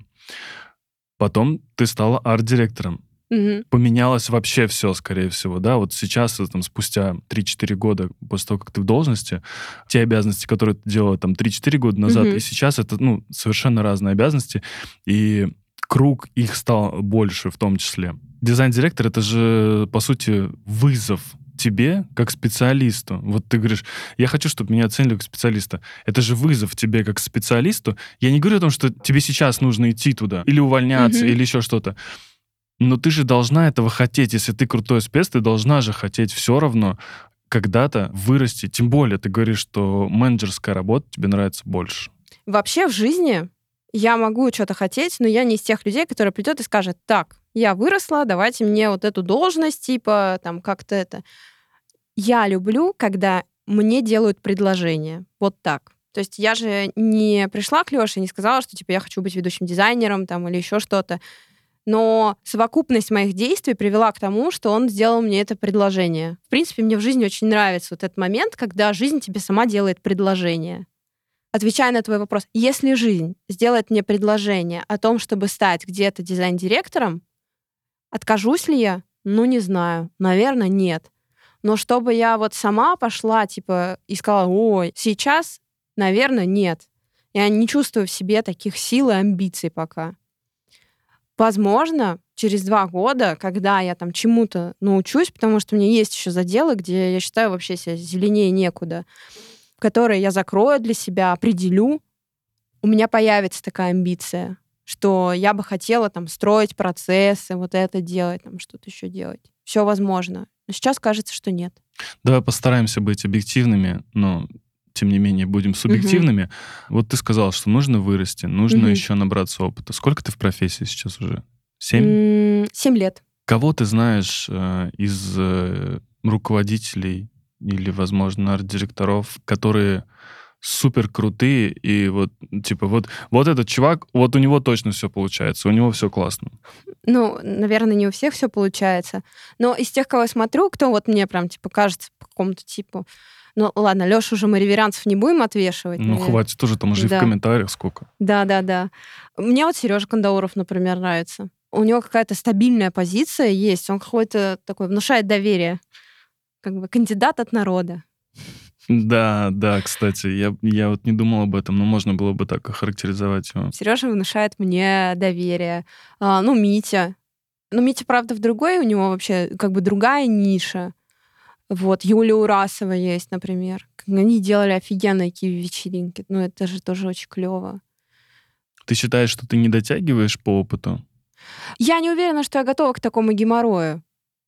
Потом ты стала арт-директором. Мгм. Поменялось вообще все, скорее всего, да, вот сейчас, э, там, спустя три-четыре года после того, как ты в должности, те обязанности, которые ты делала там три-четыре года назад, Мгм. и сейчас это, ну, совершенно разные обязанности, и круг их стал больше в том числе. Дизайн-директор — это же, по сути, вызов тебе как специалисту. Вот ты говоришь, я хочу, чтобы меня оценили как специалиста. Это же вызов тебе как специалисту. Я не говорю о том, что тебе сейчас нужно идти туда, или увольняться, Мгм. или еще что-то. Но ты же должна этого хотеть. Если ты крутой спец, ты должна же хотеть все равно когда-то вырасти. Тем более ты говоришь, что менеджерская работа тебе нравится больше. Вообще в жизни я могу что-то хотеть, но я не из тех людей, которые придет и скажет: так, я выросла, давайте мне вот эту должность, типа, там, как-то это. Я люблю, когда мне делают предложение. Вот так. То есть я же не пришла к Лёше и не сказала, что, типа, я хочу быть ведущим дизайнером там или еще что-то. Но совокупность моих действий привела к тому, что он сделал мне это предложение. В принципе, мне в жизни очень нравится вот этот момент, когда жизнь тебе сама делает предложение. Отвечая на твой вопрос, если жизнь сделает мне предложение о том, чтобы стать где-то дизайн-директором, откажусь ли я? Ну, не знаю. Наверное, нет. Но чтобы я вот сама пошла, типа, и сказала: ой, сейчас, наверное, нет. Я не чувствую в себе таких сил и амбиций пока. Возможно, через два года, когда я там чему-то научусь, потому что у меня есть еще заделы, где я считаю вообще себя зеленее некуда, которые я закрою для себя, определю, у меня появится такая амбиция, что я бы хотела там строить процессы, вот это делать, там что-то еще делать. Все возможно. Но сейчас кажется, что нет. Давай постараемся быть объективными, но тем не менее будем субъективными. Вот ты сказал, что нужно вырасти, нужно Мгм. еще набраться опыта. Сколько ты в профессии сейчас уже? Семь? М, Семь лет. Кого ты знаешь э, из э, руководителей или, возможно, арт-директоров, которые супер крутые, и вот, типа, вот, вот этот чувак, вот у него точно все получается, у него все классно. Ну, наверное, не у всех все получается. Но из тех, кого я смотрю, кто вот мне прям, типа, кажется по какому-то типу... Ну, ладно, Лёшу уже мы реверансов не будем отвешивать. Ну, наверное. хватит уже, там уже и в Да. комментариях сколько. Да-да-да. Мне вот Сережа Кандауров, например, нравится. У него какая-то стабильная позиция есть, он какой-то такой внушает доверие. Как бы кандидат от народа. Да, да, кстати, я, я вот не думал об этом, но можно было бы так охарактеризовать его. Сережа внушает мне доверие. А, ну, Митя. Ну, Митя, правда, в другой, у него вообще как бы другая ниша. Вот, Юлия Урасова есть, например. Они делали офигенные киви-вечеринки. Ну, это же тоже очень клево. Ты считаешь, что ты не дотягиваешь по опыту? Я не уверена, что я готова к такому геморрою.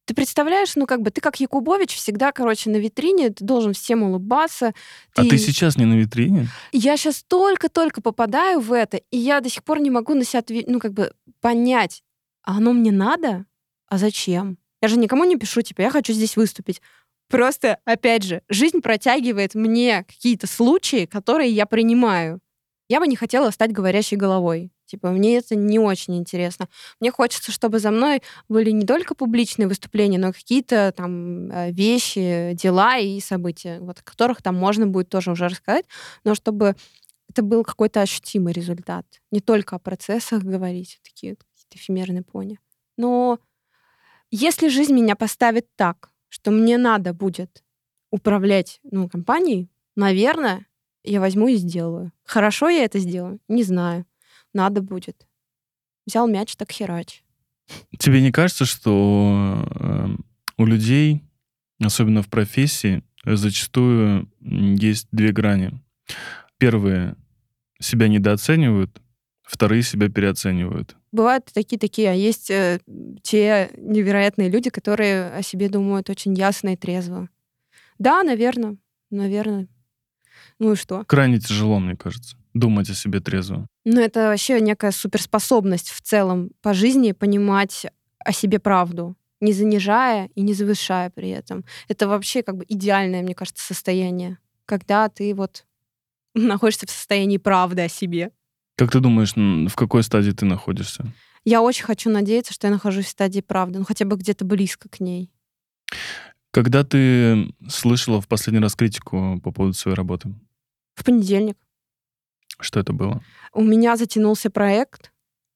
Ты представляешь, ну, как бы, ты как Якубович всегда, короче, на витрине, ты должен всем улыбаться. Ты... А ты сейчас не на витрине? Я сейчас только-только попадаю в это, и я до сих пор не могу на себя, ну, как бы, понять, а оно мне надо? А зачем? Я же никому не пишу, типа, я хочу здесь выступить. Просто, опять же, жизнь протягивает мне какие-то случаи, которые я принимаю. Я бы не хотела стать говорящей головой. Типа, мне это не очень интересно. Мне хочется, чтобы за мной были не только публичные выступления, но и какие-то там вещи, дела и события, вот, о которых там можно будет тоже уже рассказать, но чтобы это был какой-то ощутимый результат. Не только о процессах говорить, такие какие-то эфемерные пони. Но если жизнь меня поставит так, что мне надо будет управлять, ну, компанией, наверное, я возьму и сделаю. Хорошо я это сделаю? Не знаю. Надо будет. Взял мяч, так херач. Тебе не кажется, что э, у людей, особенно в профессии, зачастую есть две грани? Первые себя недооценивают, вторые себя переоценивают. Бывают такие-такие, а есть э, те невероятные люди, которые о себе думают очень ясно и трезво. Да, наверное, наверное. Ну и что? Крайне тяжело, мне кажется, думать о себе трезво. Ну, это вообще некая суперспособность в целом по жизни понимать о себе правду, не занижая и не завышая при этом. Это вообще как бы идеальное, мне кажется, состояние, когда ты вот находишься в состоянии правды о себе. Как ты думаешь, в какой стадии ты находишься? Я очень хочу надеяться, что я нахожусь в стадии правды, ну хотя бы где-то близко к ней. Когда ты слышала в последний раз критику по поводу своей работы? В понедельник. Что это было? У меня затянулся проект,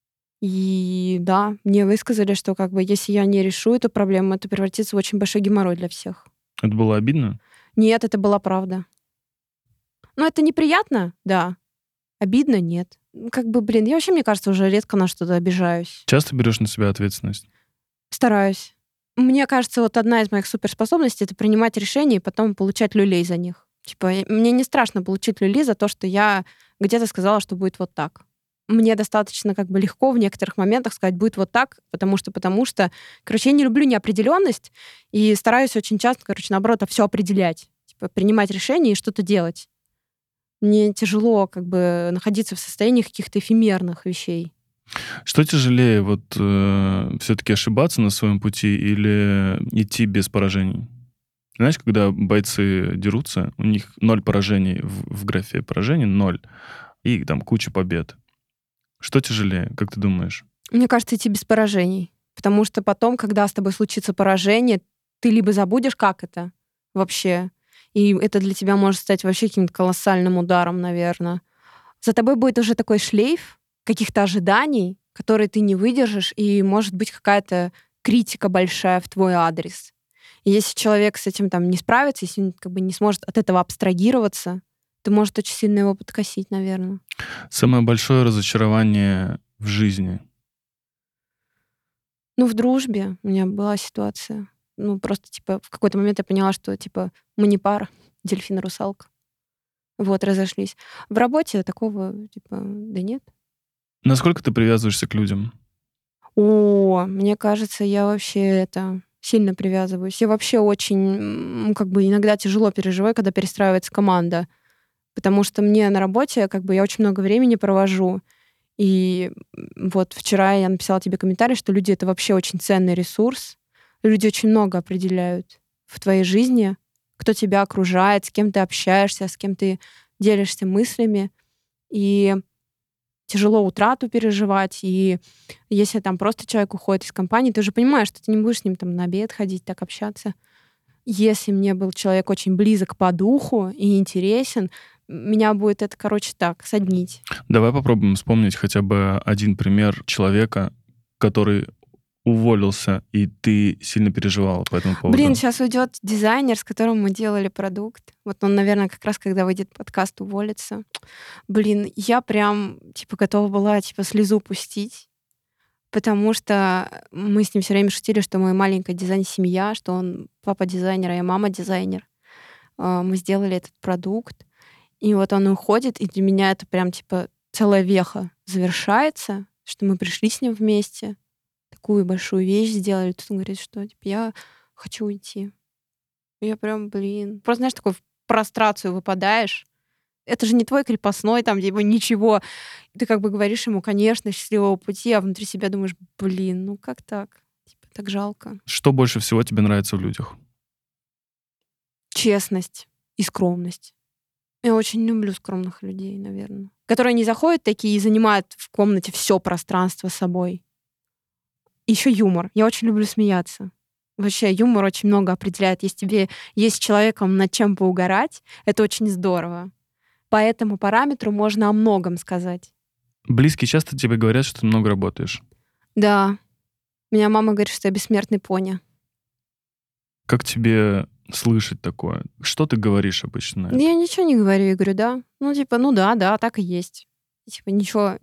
и да, мне высказали, что как бы если я не решу эту проблему, это превратится в очень большой геморрой для всех. Это было обидно? Нет, это была правда. Ну, это неприятно, да. Обидно, нет. Как бы, блин, я вообще, мне кажется, уже редко на что-то обижаюсь. Часто берешь на себя ответственность? Стараюсь. Мне кажется, вот одна из моих суперспособностей — это принимать решения и потом получать люлей за них. Типа, мне не страшно получить люлей за то, что я где-то сказала, что будет вот так. Мне достаточно как бы легко в некоторых моментах сказать, будет вот так, потому что, потому что, короче, я не люблю неопределенность и стараюсь очень часто, короче, наоборот, все определять. Типа, принимать решения и что-то делать. Мне тяжело как бы находиться в состоянии каких-то эфемерных вещей. Что тяжелее, вот э, все-таки ошибаться на своем пути или идти без поражений? Знаешь, когда бойцы дерутся, у них ноль поражений в, в графе поражений, ноль, и там куча побед. Что тяжелее, как ты думаешь? Мне кажется, идти без поражений. Потому что потом, когда с тобой случится поражение, ты либо забудешь, как это вообще, и это для тебя может стать вообще каким-то колоссальным ударом, наверное. За тобой будет уже такой шлейф каких-то ожиданий, которые ты не выдержишь, и может быть какая-то критика большая в твой адрес. И если человек с этим там не справится, если он как бы не сможет от этого абстрагироваться, то может очень сильно его подкосить, наверное. Самое большое разочарование в жизни? Ну, в дружбе у меня была ситуация. Ну, просто, типа, в какой-то момент я поняла, что, типа, мы не пара, дельфин и русалка. Вот, разошлись. В работе такого, типа, да нет. Насколько ты привязываешься к людям? О, мне кажется, я вообще это сильно привязываюсь. Я вообще очень, ну, как бы иногда тяжело переживаю, когда перестраивается команда. Потому что мне на работе, как бы, я очень много времени провожу. И вот вчера я написала тебе комментарий, что люди — это вообще очень ценный ресурс. Люди очень много определяют в твоей жизни, кто тебя окружает, с кем ты общаешься, с кем ты делишься мыслями. И тяжело утрату переживать. И если там просто человек уходит из компании, ты уже понимаешь, что ты не будешь с ним там на обед ходить, так общаться. Если мне был человек очень близок по духу и интересен, меня будет это, короче, так, соднить. Давай попробуем вспомнить хотя бы один пример человека, который уволился, и ты сильно переживала по этому поводу. Блин, сейчас уйдет дизайнер, с которым мы делали продукт. Вот он, наверное, как раз когда выйдет подкаст, уволится. Блин, я прям, типа, готова была, типа, слезу пустить, потому что мы с ним все время шутили, что мы маленькая дизайн-семья, что он папа дизайнер, а я мама дизайнер. Мы сделали этот продукт, и вот он уходит, и для меня это прям, типа, целая веха завершается, что мы пришли с ним вместе. такую большую вещь сделали. Тут он говорит, что типа, я хочу уйти. Я прям, блин. Просто, знаешь, такой в прострацию выпадаешь. Это же не твой крепостной, там, типа, ничего. Ты как бы говоришь ему, конечно, счастливого пути, а внутри себя думаешь, блин, ну как так? Типа, так жалко. Что больше всего тебе нравится в людях? Честность и скромность. Я очень люблю скромных людей, наверное. Которые не заходят такие и занимают в комнате все пространство собой. Еще юмор. Я очень люблю смеяться. Вообще, юмор очень много определяет. Если тебе есть с человеком над чем поугарать, это очень здорово. По этому параметру можно о многом сказать. Близкие часто тебе говорят, что ты много работаешь. Да. Меня мама говорит, что я бессмертный пони. Как тебе слышать такое? Что ты говоришь обычно? Да я ничего не говорю. Я говорю, да. Ну, типа, ну да, да, так и есть. Типа, ничего...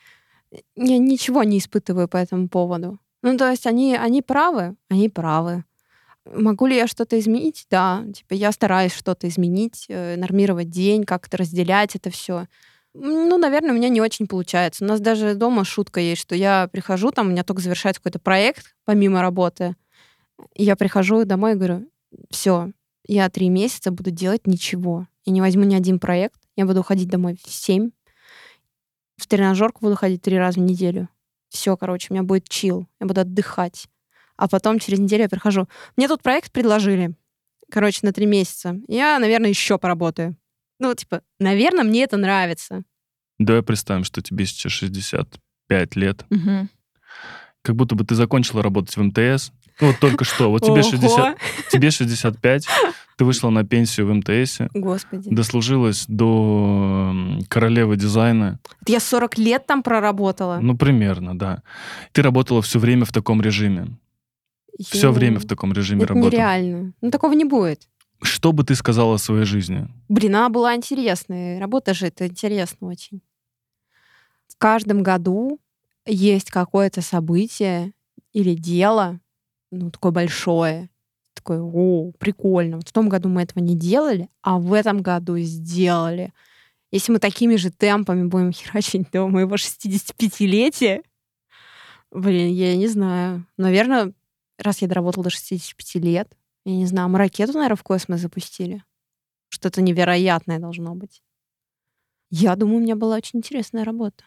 Я ничего не испытываю по этому поводу. Ну, то есть они, они правы, они правы. Могу ли я что-то изменить? Да. Типа, я стараюсь что-то изменить, э, нормировать день, как-то разделять это все. Ну, наверное, у меня не очень получается. У нас даже дома шутка есть, что я прихожу, там у меня только завершается какой-то проект помимо работы, и я прихожу домой и говорю, все, я три месяца буду делать ничего. Я не возьму ни один проект, я буду уходить домой в семь, в тренажерку буду ходить три раза в неделю. Все, короче, у меня будет чил, я буду отдыхать. А потом через неделю я прихожу. Мне тут проект предложили, короче, на три месяца. Я, наверное, еще поработаю. Ну, типа, наверное, мне это нравится. Давай представим, что тебе сейчас шестьдесят пять лет. Угу. Как будто бы ты закончила работать в эм тэ эс. Ну, вот только что. Вот тебе шестьдесят, тебе шестьдесят пять, ты вышла на пенсию в эм тэ эсе. Господи. Дослужилась до королевы дизайна. Это я сорок лет там проработала. Ну, примерно, да. Ты работала все время в таком режиме. Все Я- время в таком режиме Это работала. нереально. Ну, такого не будет. Что бы ты сказала о своей жизни? Блин, она была интересная. Работа же это интересно очень. В каждом году есть какое-то событие или дело, ну, такое большое. Такое, о, прикольно. Вот в том году мы этого не делали, а в этом году сделали. Если мы такими же темпами будем херачить до моего шестидесятипятилетия, блин, я не знаю. Наверное, раз я доработала до шестидесяти пяти лет, я не знаю, мы ракету, наверное, в космос запустили. Что-то невероятное должно быть. Я думаю, у меня была очень интересная работа.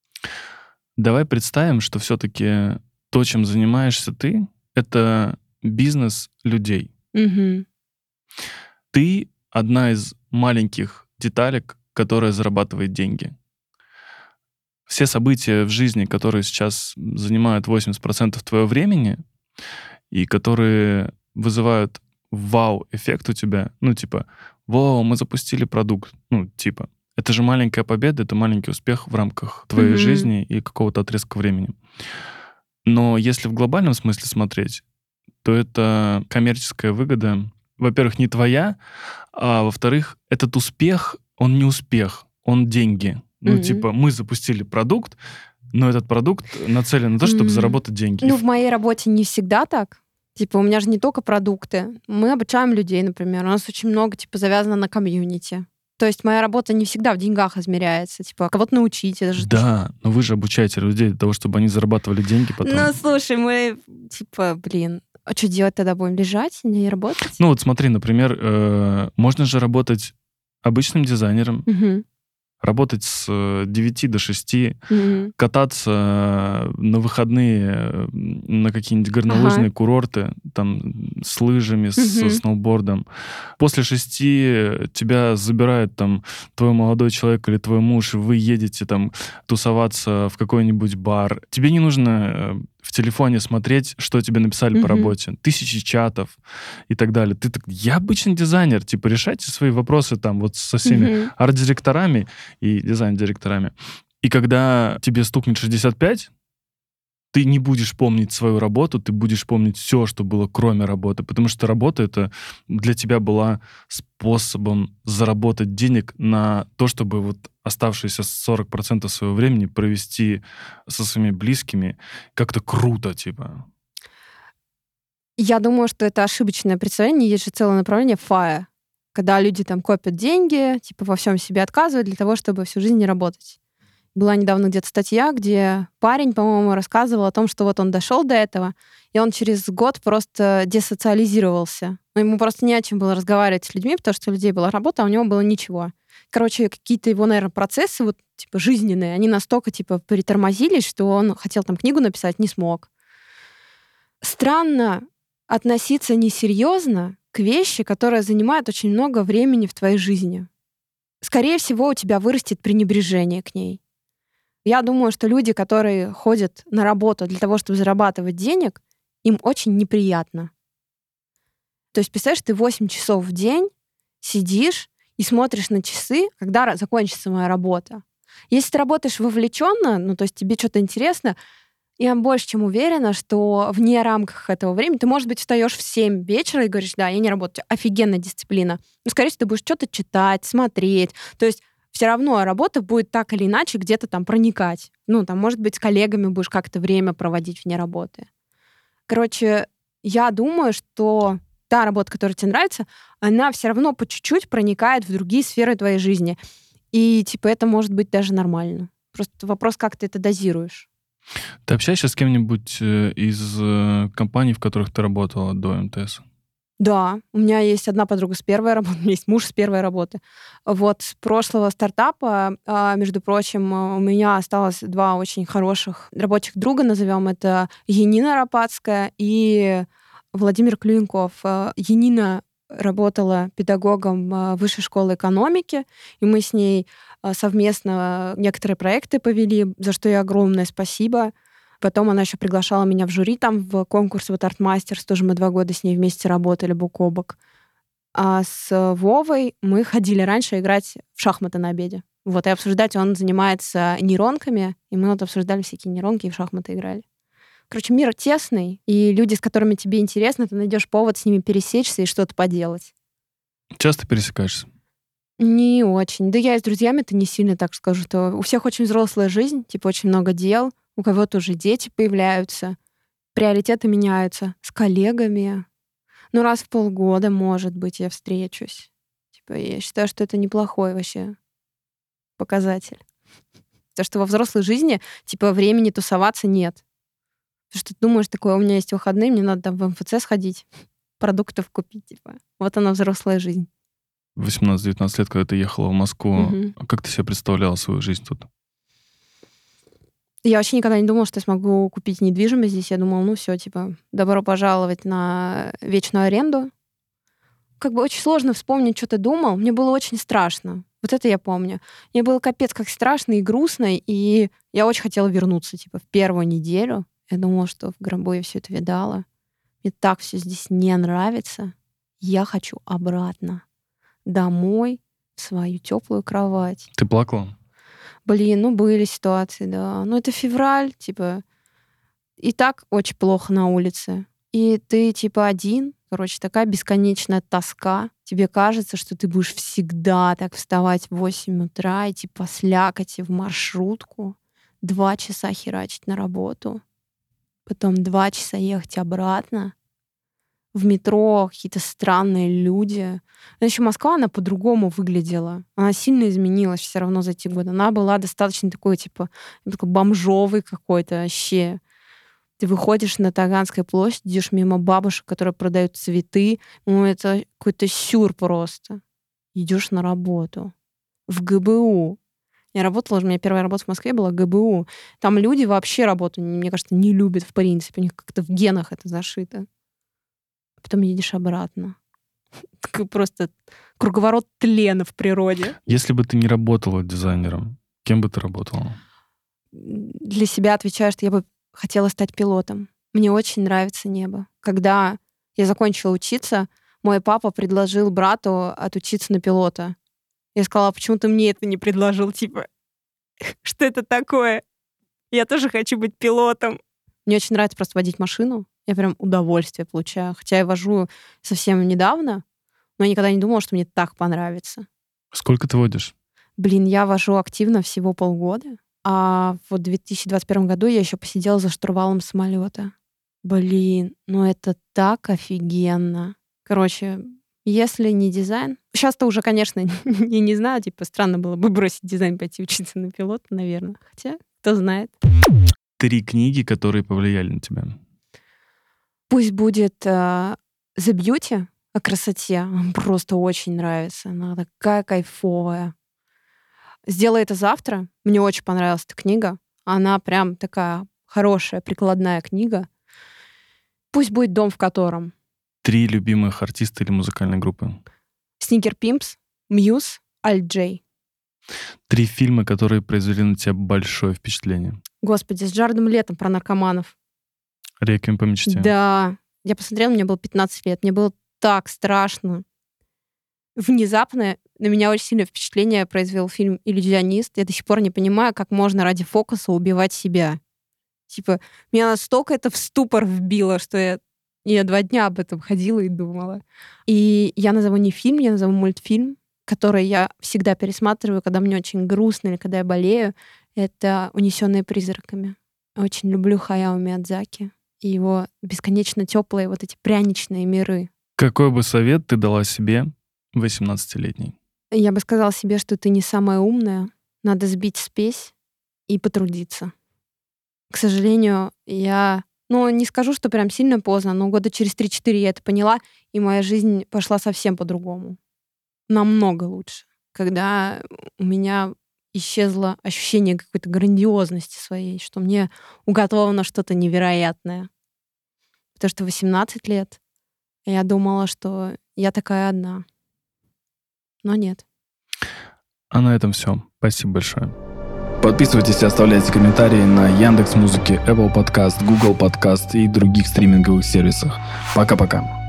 Давай представим, что все-таки то, чем занимаешься ты, это бизнес людей. Угу. Ты одна из маленьких деталек, которая зарабатывает деньги. Все события в жизни, которые сейчас занимают восемьдесят процентов твоего времени и которые вызывают вау-эффект у тебя, ну, типа, вау, мы запустили продукт, ну, типа, это же маленькая победа, это маленький успех в рамках твоей Мгм. жизни и какого-то отрезка времени. Но если в глобальном смысле смотреть, то это коммерческая выгода, во-первых, не твоя, а во-вторых, этот успех, он не успех, он деньги. Ну, Мгм. типа, мы запустили продукт, но этот продукт нацелен на то, чтобы М. заработать деньги. Ну, в моей работе не всегда так. Типа, у меня же не только продукты. Мы обучаем людей, например. У нас очень много, типа, завязано на комьюнити. То есть моя работа не всегда в деньгах измеряется. Типа, кого-то научить. Это же Да, но вы же обучаете людей для того, чтобы они зарабатывали деньги потом. Ну, слушай, мы, типа, блин, а что делать тогда? Будем лежать, не работать? Ну вот смотри, например, э, можно же работать обычным дизайнером, Мгм. работать с э, девяти до шести, Мгм. кататься э, на выходные э, на какие-нибудь горнолыжные Ага. курорты, там, с лыжами, с Мгм. сноубордом. После шести тебя забирает там твой молодой человек или твой муж, и вы едете там тусоваться в какой-нибудь бар. Тебе не нужно э, в телефоне смотреть, что тебе написали по Мгм. работе. Тысячи чатов и так далее. Ты так, я обычный дизайнер, типа, решайте свои вопросы там вот со всеми Мгм. арт-директорами и дизайн-директорами. И когда тебе стукнет шестьдесят пять, ты не будешь помнить свою работу, ты будешь помнить все, что было кроме работы, потому что работа это для тебя была способом заработать денег на то, чтобы вот оставшиеся сорок процентов своего времени провести со своими близкими как-то круто, типа. Я думаю, что это ошибочное представление. Есть же целое направление фая, когда люди там копят деньги, типа во всем себе отказывают для того, чтобы всю жизнь не работать. Была недавно где-то статья, где парень, по-моему, рассказывал о том, что вот он дошел до этого, и он через год просто десоциализировался. Но ему просто не о чем было разговаривать с людьми, потому что у людей была работа, а у него было ничего. Короче, какие-то его, наверное, процессы вот, типа, жизненные, они настолько, типа, притормозились, что он хотел там книгу написать, не смог. Странно относиться несерьезно к вещи, которая занимает очень много времени в твоей жизни. Скорее всего, у тебя вырастет пренебрежение к ней. Я думаю, что люди, которые ходят на работу для того, чтобы зарабатывать денег, им очень неприятно. То есть, представляешь, ты восемь часов в день сидишь и смотришь на часы, когда закончится моя работа. Если ты работаешь вовлеченно, ну, то есть тебе что-то интересно, я больше чем уверена, что вне рамках этого времени ты, может быть, встаешь в семь вечера и говоришь, да, я не работаю. Офигенная дисциплина. Но, скорее всего, ты будешь что-то читать, смотреть. То есть все равно работа будет так или иначе где-то там проникать. Ну, там, может быть, с коллегами будешь как-то время проводить вне работы. Короче, я думаю, что та работа, которая тебе нравится, она все равно по чуть-чуть проникает в другие сферы твоей жизни. И, типа, это может быть даже нормально. Просто вопрос, как ты это дозируешь. Ты общаешься с кем-нибудь из компаний, в которых ты работала до эм тэ эс? Да, у меня есть одна подруга с первой работы, у меня есть муж с первой работы. Вот с прошлого стартапа, между прочим, у меня осталось два очень хороших рабочих друга, назовем это Янина Рапацкая и Владимир Клюенков. Янина работала педагогом Высшей школы экономики, и мы с ней совместно некоторые проекты повели, за что ей огромное спасибо. Потом она еще приглашала меня в жюри там в конкурс вот Art-Masters, тоже мы два года с ней вместе работали бок о бок. А с Вовой мы ходили раньше играть в шахматы на обеде. Вот, и обсуждать, он занимается нейронками, и мы вот обсуждали всякие нейронки и в шахматы играли. Короче, мир тесный, и люди, с которыми тебе интересно, ты найдешь повод с ними пересечься и что-то поделать. Часто пересекаешься? Не очень. Да я и с друзьями-то не сильно так скажу, что у всех очень взрослая жизнь, типа очень много дел, у кого-то уже дети появляются, приоритеты меняются. С коллегами. Ну, раз в полгода, может быть, я встречусь. Типа, я считаю, что это неплохой вообще показатель. Потому что во взрослой жизни, типа, времени тусоваться нет. Потому что ты думаешь, такое, у меня есть выходные, мне надо там в эм эф цэ сходить, продуктов купить, типа. Вот она, взрослая жизнь. восемнадцать-девятнадцать лет, когда ты ехала в Москву, Угу. как ты себе представляла свою жизнь тут? Я вообще никогда не думала, что я смогу купить недвижимость здесь. Я думала, ну все, типа, добро пожаловать на вечную аренду. Как бы очень сложно вспомнить, что ты думал. Мне было очень страшно. Вот это я помню. Мне было капец как страшно и грустно, и я очень хотела вернуться, типа, в первую неделю. Я думала, что в гробу я все это видала. Мне так все здесь не нравится. Я хочу обратно. Домой, в свою теплую кровать. Ты плакала? Блин, ну были ситуации, да. Ну это февраль, типа, и так очень плохо на улице. И ты, типа, один. Короче, такая бесконечная тоска. Тебе кажется, что ты будешь всегда так вставать в восемь утра, идти по слякоти в маршрутку, два часа херачить на работу, потом два часа ехать обратно. В метро какие-то странные люди. Еще Москва, она по-другому выглядела. Она сильно изменилась все равно за эти годы. Она была достаточно такой, типа, такой бомжовый какой-то вообще. Ты выходишь на Таганской площади, идешь мимо бабушек, которые продают цветы. Ну, это какой-то сюр просто. Идешь на работу. В гэ бэ у. Я работала, у меня первая работа в Москве была гэ бэ у. Там люди вообще работу, мне кажется, не любят в принципе. У них как-то в генах это зашито. Потом едешь обратно. Такой просто круговорот тлена в природе. Если бы ты не работала дизайнером, кем бы ты работала? Для себя отвечаю, что я бы хотела стать пилотом. Мне очень нравится небо. Когда я закончила учиться, мой папа предложил брату отучиться на пилота. Я сказала, а почему ты мне это не предложил? Типа, что это такое? Я тоже хочу быть пилотом. Мне очень нравится просто водить машину. Я прям удовольствие получаю. Хотя я вожу совсем недавно, но я никогда не думала, что мне так понравится. Сколько ты водишь? Блин, я вожу активно всего полгода. А в две тысячи двадцать первом году я еще посидела за штурвалом самолета. Блин, ну это так офигенно. Короче, Если не дизайн... Сейчас-то уже, конечно, я не знаю, типа, странно было бы бросить дизайн, пойти учиться на пилота, наверное. Хотя, кто знает. Три книги, которые повлияли на тебя. Пусть будет uh, The Beauty о красоте. Просто очень нравится. Она такая кайфовая. «Сделай это завтра». Мне очень понравилась эта книга. Она прям такая хорошая, прикладная книга. Пусть будет «Дом в котором». Три любимых артиста или музыкальной группы. Sneaker Pimps, Muse, Alt J. Три фильма, которые произвели на тебя большое впечатление. Господи, с Джаредом Летом про наркоманов. «Реквием по мечте». Да. Я посмотрела, мне было пятнадцать лет. Мне было так страшно. Внезапно на меня очень сильное впечатление произвел фильм «Иллюзионист». Я до сих пор не понимаю, как можно ради фокуса убивать себя. Типа, меня настолько это в ступор вбило, что я, я два дня об этом ходила и думала. И я назову не фильм, я назову мультфильм, который я всегда пересматриваю, когда мне очень грустно или когда я болею. Это «Унесенные призраками». Очень люблю Хаяо Миядзаки и его бесконечно теплые вот эти пряничные миры. Какой бы совет ты дала себе восемнадцатилетней? Я бы сказала себе, что ты не самая умная. Надо сбить спесь и потрудиться. К сожалению, я... Ну, не скажу, что прям сильно поздно, но года через три-четыре я это поняла, и моя жизнь пошла совсем по-другому. Намного лучше. Когда у меня исчезло ощущение какой-то грандиозности своей, что мне уготовано что-то невероятное. Потому что восемнадцать лет я думала, что я такая одна. Но нет. А на этом все. Спасибо большое. Подписывайтесь и оставляйте комментарии на Яндекс.Музыке, Apple Podcast, Google Podcast и других стриминговых сервисах. Пока-пока.